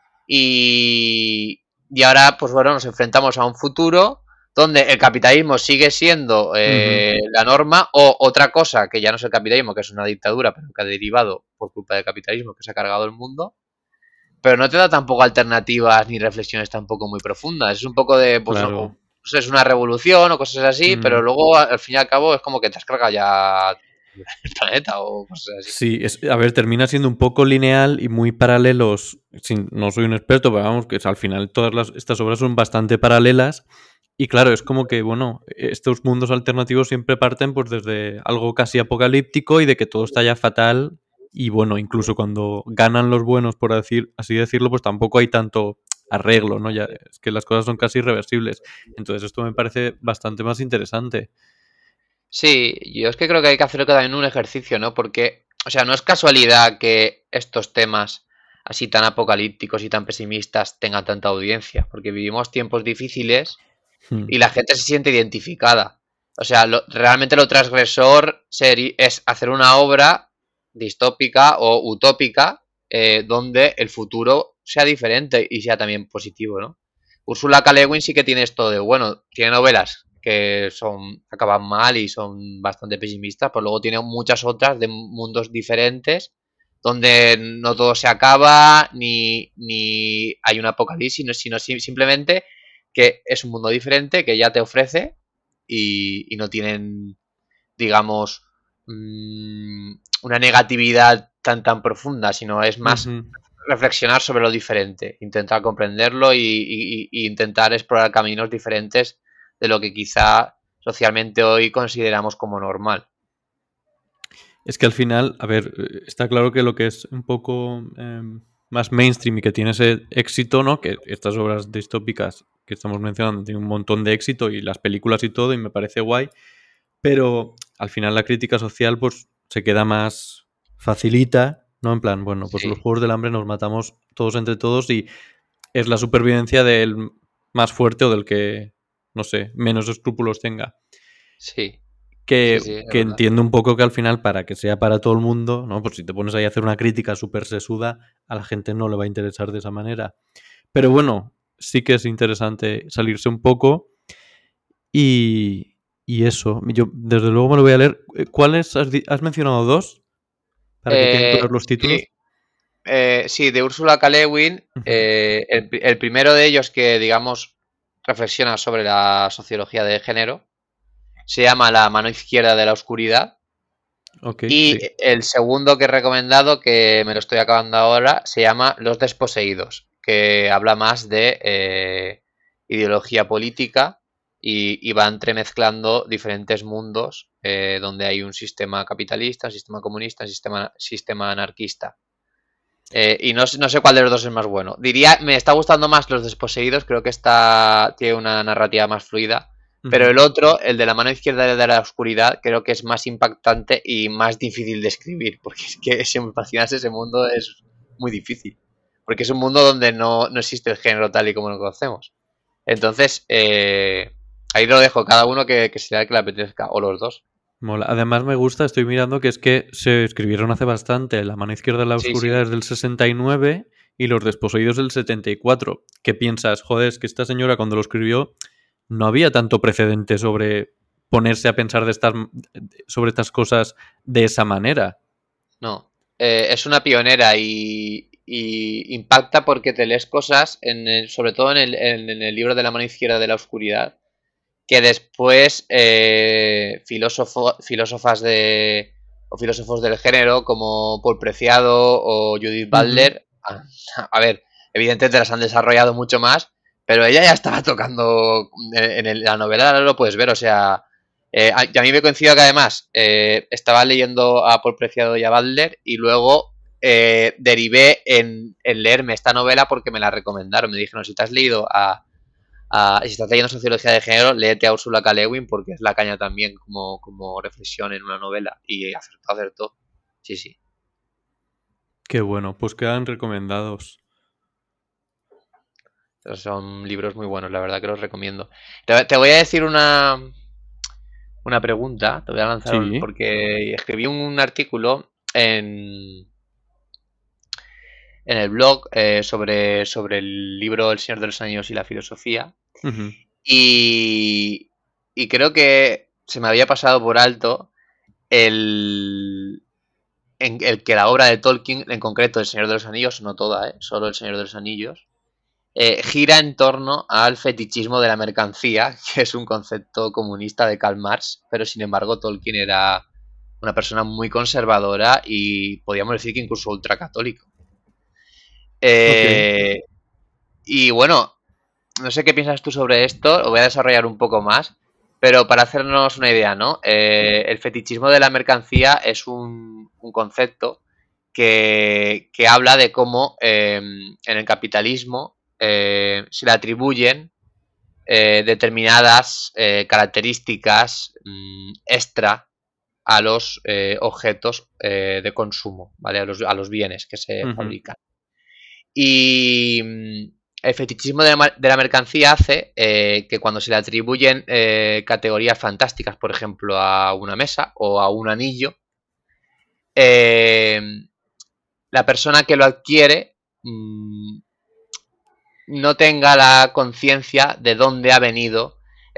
y ahora pues bueno, nos enfrentamos a un futuro donde el capitalismo sigue siendo Ujú. la norma o otra cosa que ya no es el capitalismo, que es una dictadura, pero que ha derivado por culpa del capitalismo que se ha cargado el mundo, pero no te da tampoco alternativas ni reflexiones tampoco muy profundas. Es un poco de, pues, Claro. es una revolución o cosas así, pero Mm. luego al fin y al cabo es como que te has cargado ya el planeta o cosas así. Sí, a ver, termina siendo un poco lineal y muy paralelos. No soy un experto, pero vamos, que al final estas obras son bastante paralelas. Y claro, es como que, bueno, estos mundos alternativos siempre parten pues desde algo casi apocalíptico y de que todo está ya fatal. Y bueno, incluso cuando ganan los buenos, por así decirlo, pues tampoco hay tanto arreglo, ¿no? Ya, es que las cosas son casi irreversibles. Entonces esto me parece bastante más interesante. Sí, yo es que creo que hay que hacer también un ejercicio, ¿no? Porque, o sea, no es casualidad que estos temas así tan apocalípticos y tan pesimistas tengan tanta audiencia, porque vivimos tiempos difíciles Hmm. y la gente se siente identificada. O sea, realmente lo transgresor es hacer una obra distópica o utópica donde el futuro sea diferente y sea también positivo, ¿no? Ursula K. Le Guin sí que tiene esto de, bueno, tiene novelas que acaban mal y son bastante pesimistas, pero luego tiene muchas otras de mundos diferentes donde no todo se acaba ni hay un apocalipsis, sino simplemente que es un mundo diferente que ya te ofrece y no tienen, digamos, una negatividad tan profunda, sino es más Ujú. reflexionar sobre lo diferente, intentar comprenderlo y intentar explorar caminos diferentes de lo que quizá socialmente hoy consideramos como normal. Es que al final, a ver, está claro que lo que es un poco más mainstream y que tiene ese éxito, ¿no? Que estas obras distópicas que estamos mencionando tienen un montón de éxito y las películas y todo, y me parece guay, pero al final la crítica social pues se queda más facilita, ¿no? En plan, bueno, pues los Sí, Juegos del Hambre nos matamos todos entre todos y es la supervivencia del más fuerte o del que, no sé, menos escrúpulos tenga sí, sí, que, sí, es que verdad. entiendo un poco que al final, para que sea para todo el mundo, ¿no? Pues si te pones ahí a hacer una crítica súper sesuda, a la gente no le va a interesar de esa manera. Pero bueno, sí que es interesante salirse un poco y eso. Yo desde luego me lo voy a leer. ¿Cuáles has mencionado dos? Para que queden claros los Sí, títulos. sí, de Ursula K. Le Guin, Ujú. el primero de ellos que, digamos, reflexiona sobre la sociología de género, se llama La mano izquierda de la oscuridad. Ok, Y sí. el segundo que he recomendado, que me lo estoy acabando ahora, se llama Los desposeídos, que habla más de ideología política y va entremezclando diferentes mundos donde hay un sistema capitalista, un sistema comunista, un sistema anarquista. Y no sé cuál de los dos es más bueno. Diría, me está gustando más Los desposeídos, creo que tiene una narrativa más fluida, Pero Ujú. el otro, el de la mano izquierda de la oscuridad, creo que es más impactante y más difícil de escribir, porque es que imaginarse ese mundo es muy difícil, porque es un mundo donde no existe el género tal y como lo conocemos. Entonces, ahí lo dejo, cada uno que sea el que le apetezca, o los dos. Mola. Además me gusta, estoy mirando que es que se escribieron hace bastante. La mano izquierda de la Sí, oscuridad sí. es del 69 y Los desposeídos del 74. ¿Qué piensas? Joder, es que esta señora cuando lo escribió no había tanto precedente sobre ponerse a pensar sobre estas cosas de esa manera. No. Es una pionera y impacta porque te lees cosas, sobre todo en el libro de la mano izquierda de la oscuridad, que después filósofas o filósofos del género como Paul Preciado o Judith Ujú. Butler, a ver, evidentemente las han desarrollado mucho más, pero ella ya estaba tocando la novela, ahora lo puedes ver, o sea, y a mí me coincidió que además estaba leyendo a Paul Preciado y a Butler y luego derivé en leerme esta novela porque me la recomendaron, me dijeron, si te has leído si estás leyendo sociología de género, léete a Ursula K. Le Guin porque es la caña también como reflexión en una novela. Y acertó. Sí, sí. Qué bueno, pues quedan recomendados. Son libros muy buenos, la verdad que los recomiendo. Te voy a decir una pregunta, te voy a lanzar Sí. porque escribí un artículo en el blog sobre el libro El Señor de los Anillos y la filosofía. Ujú. Y, y creo que se me había pasado por alto el, en el que la obra de Tolkien, en concreto El Señor de los Anillos, no toda, solo El Señor de los Anillos, gira en torno al fetichismo de la mercancía, que es un concepto comunista de Karl Marx, pero sin embargo Tolkien era una persona muy conservadora y podríamos decir que incluso ultracatólico. Ok. Eh, y bueno, no sé qué piensas tú sobre esto, lo voy a desarrollar un poco más, pero para hacernos una idea, ¿no? El fetichismo de la mercancía es un concepto que habla de cómo en el capitalismo se le atribuyen determinadas características extra a los objetos de consumo, ¿vale? A los bienes que se Ujú. fabrican. Y el fetichismo de la mercancía hace que cuando se le atribuyen categorías fantásticas, por ejemplo, a una mesa o a un anillo, eh, la persona que lo adquiere no tenga la conciencia de dónde ha venido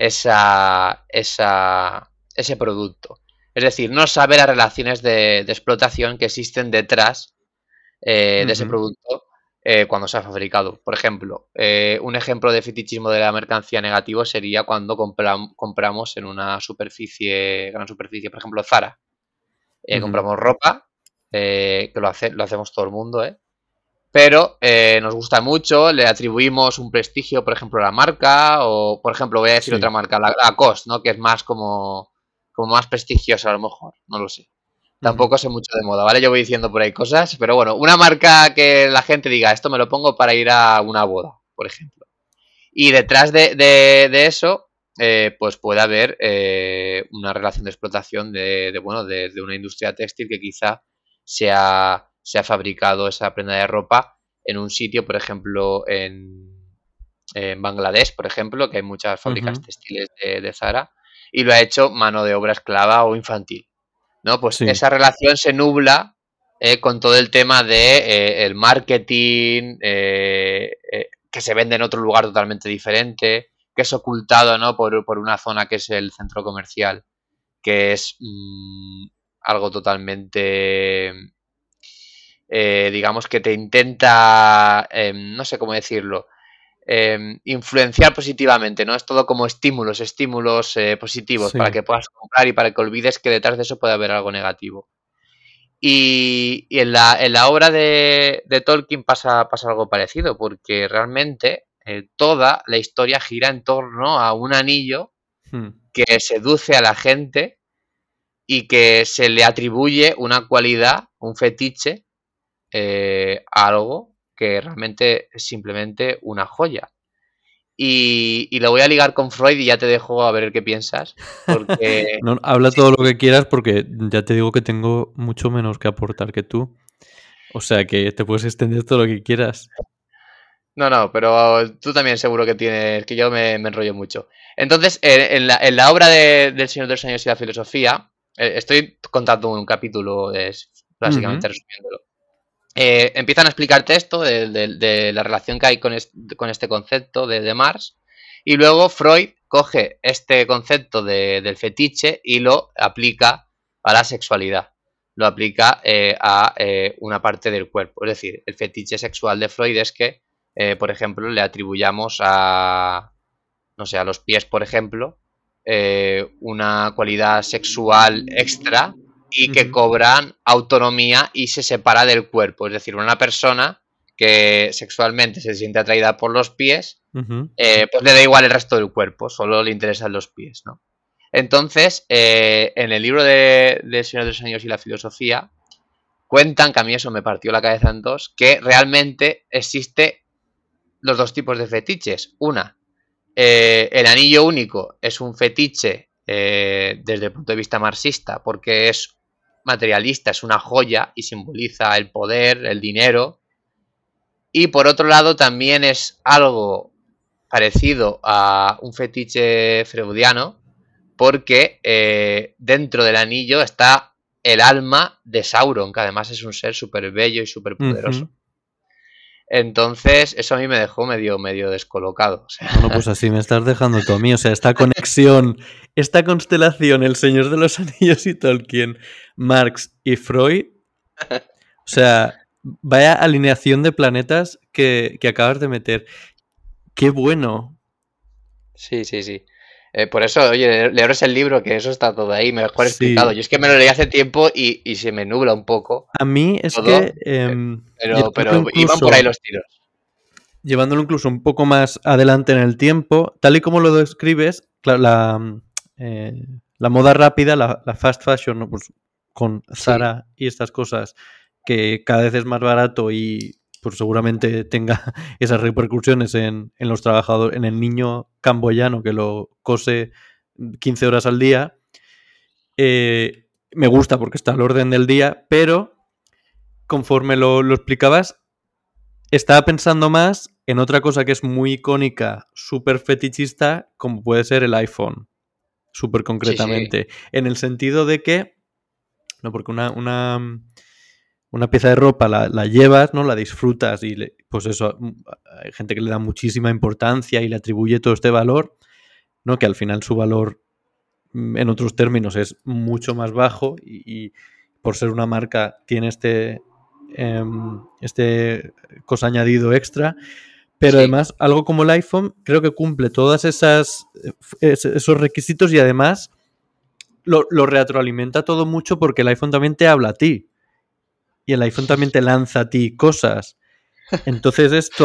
ese producto. Es decir, no sabe las relaciones de explotación que existen detrás de ese Ujú. producto cuando se ha fabricado. Por ejemplo, un ejemplo de fetichismo de la mercancía negativo sería cuando compramos en una gran superficie, por ejemplo, Zara. Ujú. Compramos ropa, que lo hacemos todo el mundo, pero nos gusta mucho, le atribuimos un prestigio, por ejemplo, a la marca, o por ejemplo, voy a decir Sí. otra marca, la Lacoste, ¿no? Que es más como más prestigiosa a lo mejor, no lo sé. Ujú. Tampoco sé mucho de moda, ¿vale? Yo voy diciendo por ahí cosas, pero bueno, una marca que la gente diga, esto me lo pongo para ir a una boda, por ejemplo. Y detrás de eso, pues puede haber una relación de explotación bueno, de una industria textil que quizá se ha fabricado esa prenda de ropa en un sitio, por ejemplo, en Bangladesh, por ejemplo, que hay muchas fábricas Ujú. textiles de Zara, y lo ha hecho mano de obra esclava o infantil. ¿No? Pues Sí. esa relación se nubla con todo el tema de el marketing, que se vende en otro lugar totalmente diferente, que es ocultado, ¿no? por una zona que es el centro comercial, que es algo totalmente, digamos que te intenta, no sé cómo decirlo, influenciar positivamente, ¿no? Es todo como estímulos positivos para Sí. que puedas comprar y para que olvides que detrás de eso puede haber algo negativo. Y en la obra de Tolkien pasa algo parecido, porque realmente toda la historia gira en torno a un anillo Mm. que seduce a la gente y que se le atribuye una cualidad, un fetiche, a algo que realmente es simplemente una joya. y lo voy a ligar con Freud y ya te dejo a ver qué piensas. Porque No, habla sí, todo sí. lo que quieras porque ya te digo que tengo mucho menos que aportar que tú. O sea que te puedes extender todo lo que quieras. No, no, pero tú también seguro que tienes, que yo me enrollo mucho. Entonces, en la obra del Señor de los Años y la filosofía, estoy contando un capítulo, es Ujú, básicamente resumiéndolo. Empiezan a explicarte esto de la relación que hay con este concepto de Mars, y luego Freud coge este concepto del fetiche y lo aplica a la sexualidad. Lo aplica a una parte del cuerpo. Es decir, el fetiche sexual de Freud es que, por ejemplo, le atribuyamos a, no sé, a los pies, por ejemplo, una cualidad sexual extra y que ujú, cobran autonomía y se separa del cuerpo. Es decir, una persona que sexualmente se siente atraída por los pies, ujú. pues le da igual el resto del cuerpo, solo le interesan los pies, ¿no? Entonces, en el libro de Señor de los Anillos y la filosofía, cuentan, que a mí eso me partió la cabeza en dos, que realmente existe los dos tipos de fetiches. Una, el anillo único es un fetiche desde el punto de vista marxista, porque es materialista, es una joya y simboliza el poder, el dinero. Y por otro lado, también es algo parecido a un fetiche freudiano, porque dentro del anillo está el alma de Sauron, que además es un ser súper bello y súper poderoso. Ujú. Entonces, eso a mí me dejó medio descolocado. O Bueno, pues sea, así me estás dejando tú a mí. O sea, esta conexión, esta constelación, El Señor de los Anillos y Tolkien, Marx y Freud. O sea, vaya alineación de planetas que acabas de meter. ¡Qué bueno! sí, sí, sí. Por eso, oye, leeros el libro, que eso está todo ahí, mejor explicado. Sí. Yo es que me lo leí hace tiempo y se me nubla un poco A mí es todo, que pero iban por ahí los tiros. llevándolo incluso un poco más adelante en el tiempo, tal y como lo describes, eh, la moda rápida, la fast fashion, ¿no? Pues con Sí, Zara y estas cosas, que cada vez es más barato y pues seguramente tenga esas repercusiones en los trabajadores, en el niño camboyano que lo cose 15 horas al día. Me gusta porque está al orden del día, pero conforme lo explicabas, estaba pensando más en otra cosa que es muy icónica, súper fetichista, como puede ser el iPhone, súper sí, sí, concretamente. En el sentido de que, no, porque una pieza de ropa la llevas, ¿no? La disfrutas y pues eso, hay gente que le da muchísima importancia y le atribuye todo este valor, ¿no? Que al final su valor, en otros términos, es mucho más bajo y por ser una marca tiene este cosa añadido extra. Pero sí. además, algo como el iPhone creo que cumple todas esos requisitos y además lo retroalimenta todo mucho porque el iPhone también te habla a ti y el iPhone también te lanza a ti cosas. Entonces es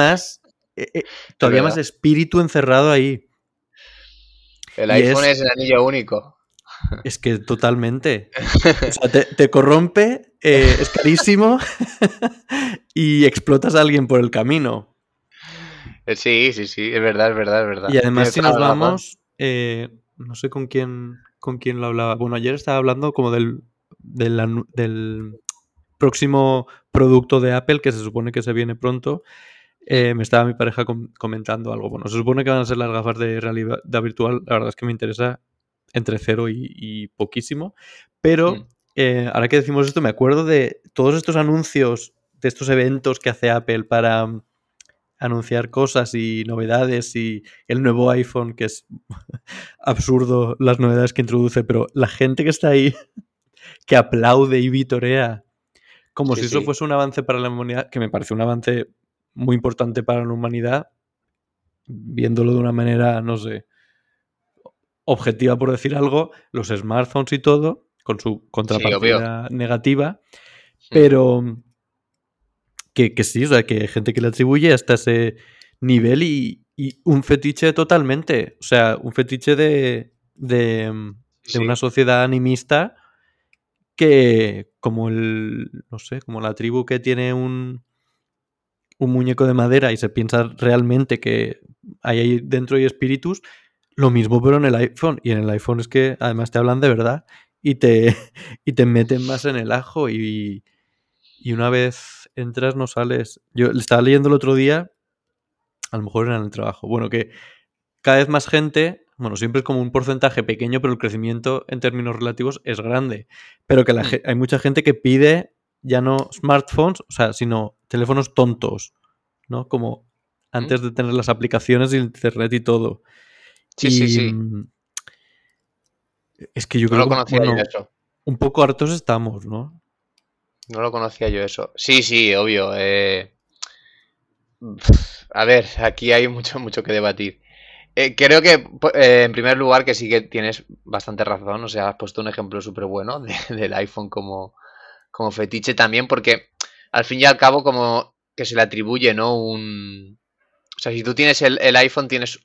Es todavía más verdad. espíritu encerrado ahí. El Y iPhone es el anillo único. es que totalmente. O sea, te corrompe, es carísimo y explotas a alguien por el camino. Sí, sí, sí, es verdad, es verdad, es Y verdad. además, Tienes si toda nos la razón. vamos, no sé con quién lo hablaba. Bueno, ayer estaba hablando como del próximo producto de Apple que se supone que se viene pronto. Mm, Me estaba mi pareja comentando algo. Bueno, se supone que van a ser las gafas de realidad virtual. La verdad es que me interesa entre cero y poquísimo. mm. Pero ahora que decimos esto, me acuerdo de todos estos anuncios, de estos eventos que hace Apple para anunciar cosas y novedades y el nuevo iPhone, que es absurdo las novedades que introduce, pero la gente que está ahí, que aplaude y vitorea, como Sí, si eso sí. fuese un avance para la humanidad, que me parece un avance muy importante para la humanidad, viéndolo de una manera, no sé, objetiva por decir algo, los smartphones y todo, con su Sí, obvio. contrapartida negativa, Mm, pero que sí, o sea, que hay gente que le atribuye hasta ese nivel y un fetiche totalmente, o sea, un fetiche sí, de una sí. sociedad animista que como no sé, como la tribu que tiene un muñeco de madera y se piensa realmente que ahí dentro hay espíritus, lo mismo pero en el iPhone. Y en el iPhone es que además te hablan de verdad y te, y te meten más en el ajo y una vez entras no sales. Yo estaba leyendo el otro día, a lo mejor era en el trabajo, bueno, que cada vez más gente, bueno, siempre es como un porcentaje pequeño, pero el crecimiento en términos relativos es grande. Pero que hay mucha gente que pide ya no smartphones, o sea, sino teléfonos tontos, ¿no? Como antes de tener las aplicaciones y el internet y todo. Sí, sí, Y sí. es que yo No creo lo que, conocía yo bueno, eso. un poco hartos estamos, ¿no? No lo conocía yo eso. Sí, sí, obvio. A ver, aquí hay mucho, mucho que debatir. Creo que, en primer lugar, que sí que tienes bastante razón. O sea, has puesto un ejemplo súper bueno del iPhone como fetiche también, porque al fin y al cabo, como que se le atribuye, ¿no? O sea, si tú tienes el iPhone,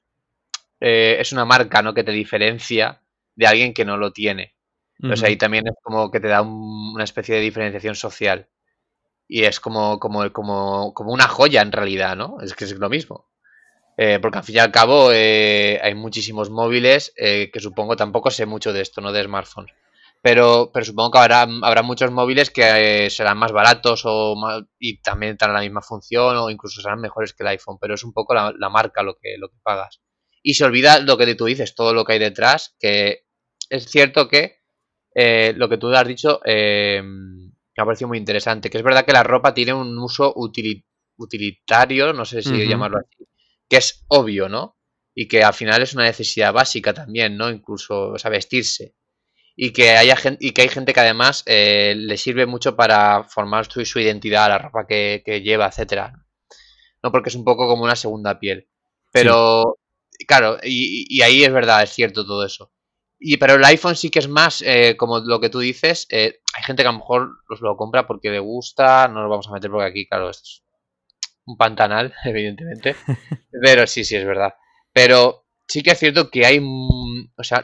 es una marca, ¿no? Que te diferencia de alguien que no lo tiene. Entonces Ujú. ahí también es como que te da una especie de diferenciación social. Y es como una joya en realidad, ¿no? Es que es lo mismo. Porque al fin y al cabo hay muchísimos móviles que supongo, tampoco sé mucho de esto, ¿no? De smartphones. Pero supongo que habrá muchos móviles que serán más baratos y también tendrán la misma función o incluso serán mejores que el iPhone. Pero es un poco la marca lo que pagas. Y se olvida lo que tú dices, todo lo que hay detrás, que es cierto que lo que tú has dicho me ha parecido muy interesante, que es verdad que la ropa tiene un uso utilitario, no sé si Ujú. llamarlo así, que es obvio, ¿no? Y que al final es una necesidad básica también, ¿no? Incluso, o sea, vestirse. Y que hay gente que además le sirve mucho para formar su identidad, la ropa que lleva, etcétera. ¿No? Porque es un poco como una segunda piel. Sí. Pero, claro, y ahí es verdad, es cierto todo eso. Pero el iPhone sí que es más, como lo que tú dices, hay gente que a lo mejor lo compra porque le gusta, no nos vamos a meter porque aquí, claro, es un pantanal, evidentemente. Pero sí, sí, es verdad. Pero sí que es cierto que o sea,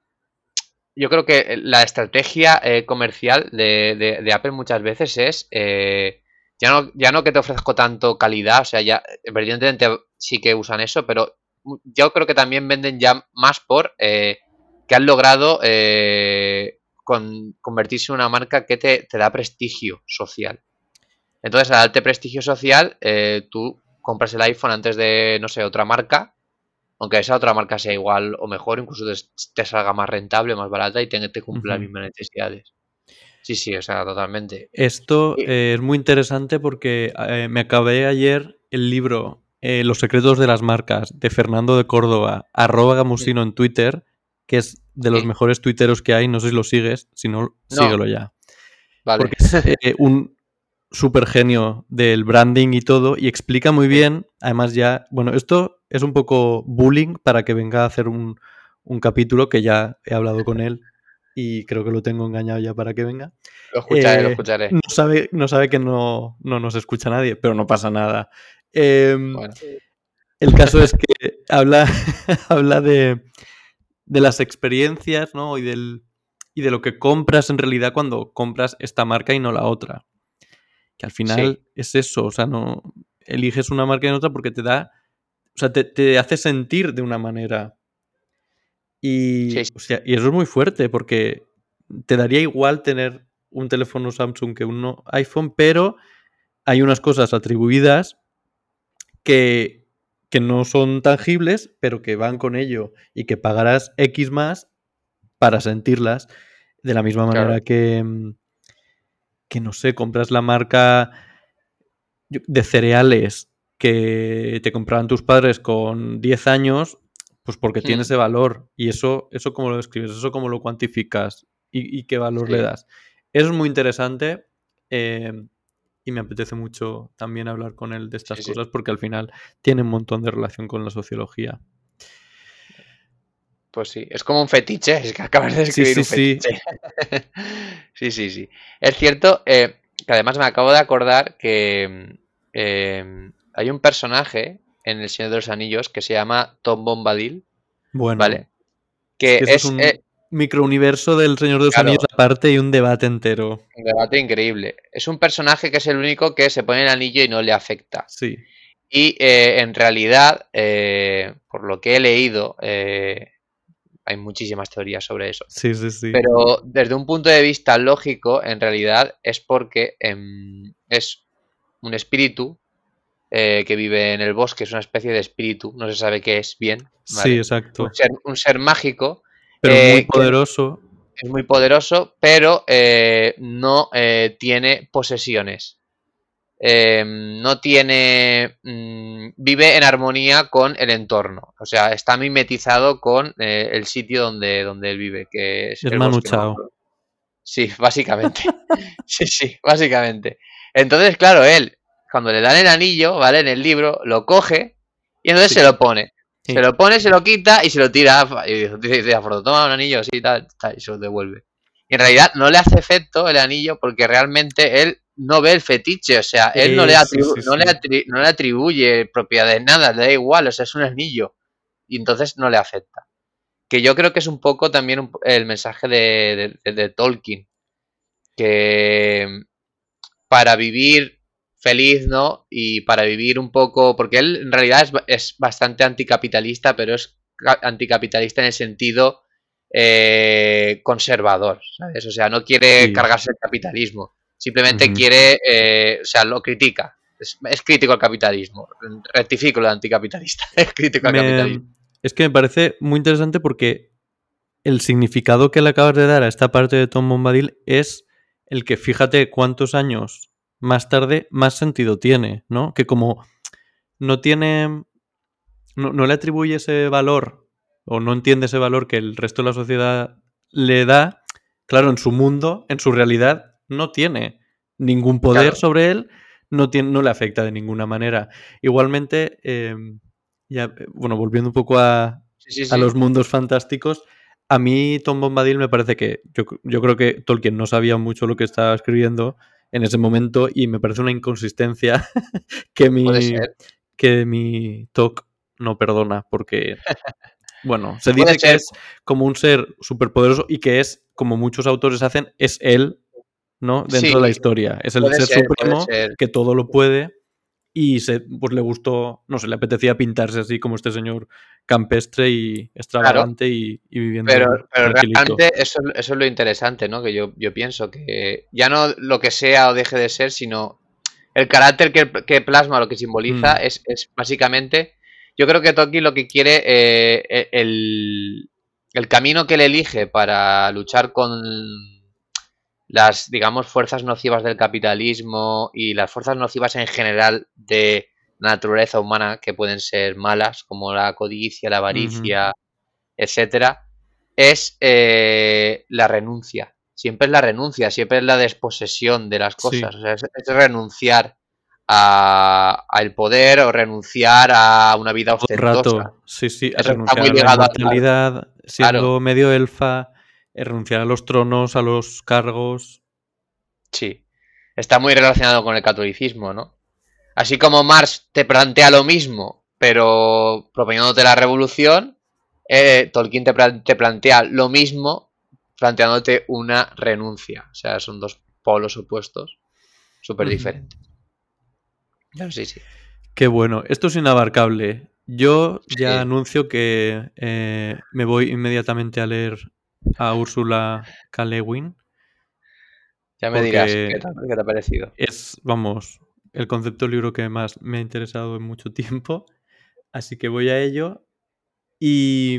yo creo que la estrategia comercial de Apple muchas veces es ya no que te ofrezco tanto calidad, o sea, ya evidentemente sí que usan eso, pero yo creo que también venden ya más por que han logrado convertirse en una marca que te da prestigio social. Entonces, al darte prestigio social, tú compras el iPhone antes de, no sé, otra marca, aunque esa otra marca sea igual o mejor, incluso te salga más rentable, más barata y te cumple las Ujú. mismas necesidades. Sí, sí, o sea, totalmente. Esto Y- es muy interesante porque me acabé ayer el libro Los secretos de las marcas de Fernando de Córdoba, @gamusino en Twitter, que es de los Sí, mejores tuiteros que hay. No sé si lo sigues, si no, no, síguelo ya. vale. Porque es un súper genio del branding y todo y explica muy Sí, bien, además ya, bueno, esto es un poco bullying para que venga a hacer un capítulo que ya he hablado con él y creo que lo tengo engañado ya para que venga. lo escucharé, lo escucharé. No sabe que no nos escucha nadie, pero no pasa nada. Em, Bueno, el caso es que habla, habla de las experiencias, ¿no? Y de lo que compras en realidad cuando compras esta marca y no la otra. Que al sí, final es eso, o sea, no eliges una marca y otra porque te da, o sea, te hace sentir de una manera. sí, Y, sí, o sea, y eso es muy fuerte porque te daría igual tener un teléfono Samsung que un iPhone, pero hay unas cosas atribuidas que, que no son tangibles, pero que van con ello y que pagarás X más para sentirlas. De la misma claro, manera que no sé, compras la marca de cereales que te compraban tus padres con 10 años, pues porque tiene Hmm, ese valor. Y eso cómo lo describes, eso cómo lo cuantificas y qué valor le sí, das. Eso es muy interesante y me apetece mucho también hablar con él de estas sí, sí. cosas porque al final tiene un montón de relación con la sociología. Pues sí, es como un fetiche, es que acabas de Sí, escribir sí, un sí. fetiche. Sí, sí, sí. Es cierto que además me acabo de acordar que hay un personaje en El Señor de los Anillos que se llama Tom Bombadil, Bueno, ¿vale? es que Que eso es es, un microuniverso del Señor de los Claro, Anillos aparte y un debate entero. un debate increíble. Es un personaje que es el único que se pone el anillo y no le afecta. Sí, Y en realidad, por lo que he leído, hay muchísimas teorías sobre eso. sí, sí, sí. Pero desde un punto de vista lógico, en realidad es porque es un espíritu que vive en el bosque, es una especie de espíritu, no se sabe qué es bien, Sí, ¿vale? exacto. Un ser mágico Pero muy que poderoso. es muy poderoso, pero no tiene posesiones. No tiene. Vive en armonía con el entorno. O sea, está mimetizado con el sitio donde él vive, que es Es el Manu bosque, no me Chao. acuerdo. Sí, básicamente. Sí, sí, básicamente. Entonces, claro, él, cuando le dan el anillo, ¿vale? En el libro, lo coge y entonces se Sí, lo pone. Se sí. lo pone, se lo quita y se lo tira. Y dice, Frodo, toma un anillo, así, tal, tal, y se lo devuelve. Y en realidad no le hace efecto el anillo porque realmente él no ve el fetiche, o sea, él Sí, sí, sí. no le atribuye propiedades, nada, le da igual, o sea, es un anillo. Y entonces no le afecta. Que yo creo que es un poco también el mensaje de Tolkien, que para vivir feliz, ¿no? Y para vivir un poco, porque él en realidad es bastante anticapitalista, pero es anticapitalista en el sentido conservador, ¿sabes? O sea, no quiere Sí. cargarse el capitalismo, simplemente Ujú. quiere, o sea, lo critica. Es crítico al capitalismo. Rectifico lo de anticapitalista. Es crítico al Me... capitalismo. Es que me parece muy interesante porque el significado que le acabas de dar a esta parte de Tom Bombadil es el que fíjate cuántos años más tarde más sentido tiene, ¿no? Que como no tiene, no le atribuye ese valor o no entiende ese valor que el resto de la sociedad le da, claro, en su mundo, en su realidad, no tiene ningún poder Claro. sobre él, no le afecta de ninguna manera. Igualmente, ya, bueno, volviendo un poco Sí, sí, a los sí. mundos fantásticos, a mí Tom Bombadil me parece que yo creo que Tolkien no sabía mucho lo que estaba escribiendo en ese momento y me parece una inconsistencia que Puede mi, ser. que mi TOC no perdona, porque, bueno, se Puede dice que ser. es como un ser superpoderoso y que es, como muchos autores hacen, es él, ¿no? Sí, Dentro de la historia. Es el puede ser ser, puede supremo ser. que todo lo puede y pues le gustó, no sé, le apetecía pintarse así como este señor campestre y Claro. extravagante y Pero, viviendo pero tranquilito. realmente eso es lo interesante, ¿no? Que yo pienso que ya no lo que sea o deje de ser, sino el carácter que plasma, lo que simboliza, Mm, es básicamente. Yo creo que Tolkien lo que quiere, el camino que él elige para luchar con las, digamos, fuerzas nocivas del capitalismo y las fuerzas nocivas en general de la naturaleza humana, que pueden ser malas, como la codicia, la ujú. avaricia, etcétera, es la renuncia. Siempre es la renuncia, siempre es la desposesión de las cosas. Sí, O sea, es renunciar al poder o renunciar a una vida todo el ostentosa. rato, sí, sí, a Eso está muy renunciar a la ligado inmortalidad claro, siendo medio elfa, renunciar a los tronos, a los cargos. sí. Está muy relacionado con el catolicismo, ¿no? Así como Marx te plantea lo mismo, pero proponiéndote la revolución, Tolkien te plantea lo mismo, planteándote una renuncia. O sea, son dos polos opuestos, súper Ujú. diferentes. Pero sí, sí. Qué bueno, esto es inabarcable. Yo ya Sí, anuncio que me voy inmediatamente a leer a Úrsula K. Le Guin, ya me dirás porque qué te ha parecido. es, vamos, el concepto del libro que más me ha interesado en mucho tiempo. Así que voy a ello. Y,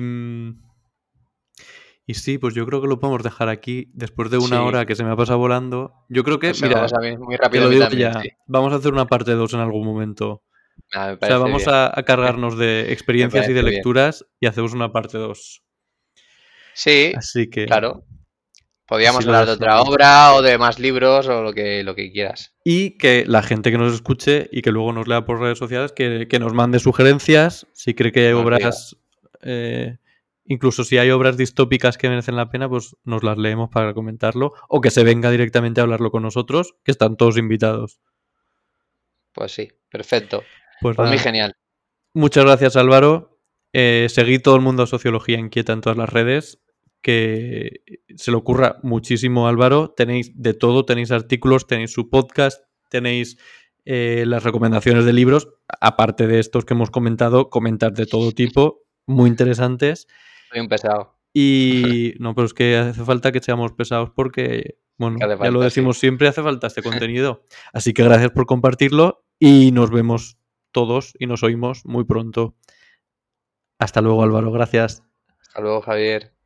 y sí, pues yo creo que lo podemos dejar aquí después de una Sí, hora que se me ha pasado volando. Yo creo que, se me mira, pasa a mí muy te rápido a lo mí digo también, ya, sí. vamos a hacer una parte 2 en algún momento. Nada, me O sea, parece vamos bien. a cargarnos de Me experiencias y de parece bien. lecturas y hacemos una parte 2. Sí, Así que claro. así Podríamos lo hablar de otra dejamos. obra o de más libros o lo que quieras. Y que la gente que nos escuche y que luego nos lea por redes sociales, que nos mande sugerencias, si cree que hay Nos diga. obras, incluso si hay obras distópicas que merecen la pena, pues nos las leemos para comentarlo, o que se venga directamente a hablarlo con nosotros, que están todos invitados. Pues sí, perfecto. Pues Por mí nada, genial. muchas gracias Álvaro. Seguid todo el mundo a Sociología Inquieta en todas las redes. que se le ocurra muchísimo a Álvaro. Tenéis de todo, tenéis artículos, tenéis su podcast, tenéis las recomendaciones de libros, aparte de estos que hemos comentado, comentar de todo tipo, muy interesantes. Soy un pesado. Y no, pero es que hace falta que seamos pesados porque, bueno, ya lo decimos siempre, hace falta este contenido. Así que gracias por compartirlo y nos vemos todos y nos oímos muy pronto. Hasta luego, Álvaro, gracias. Hasta luego, Javier.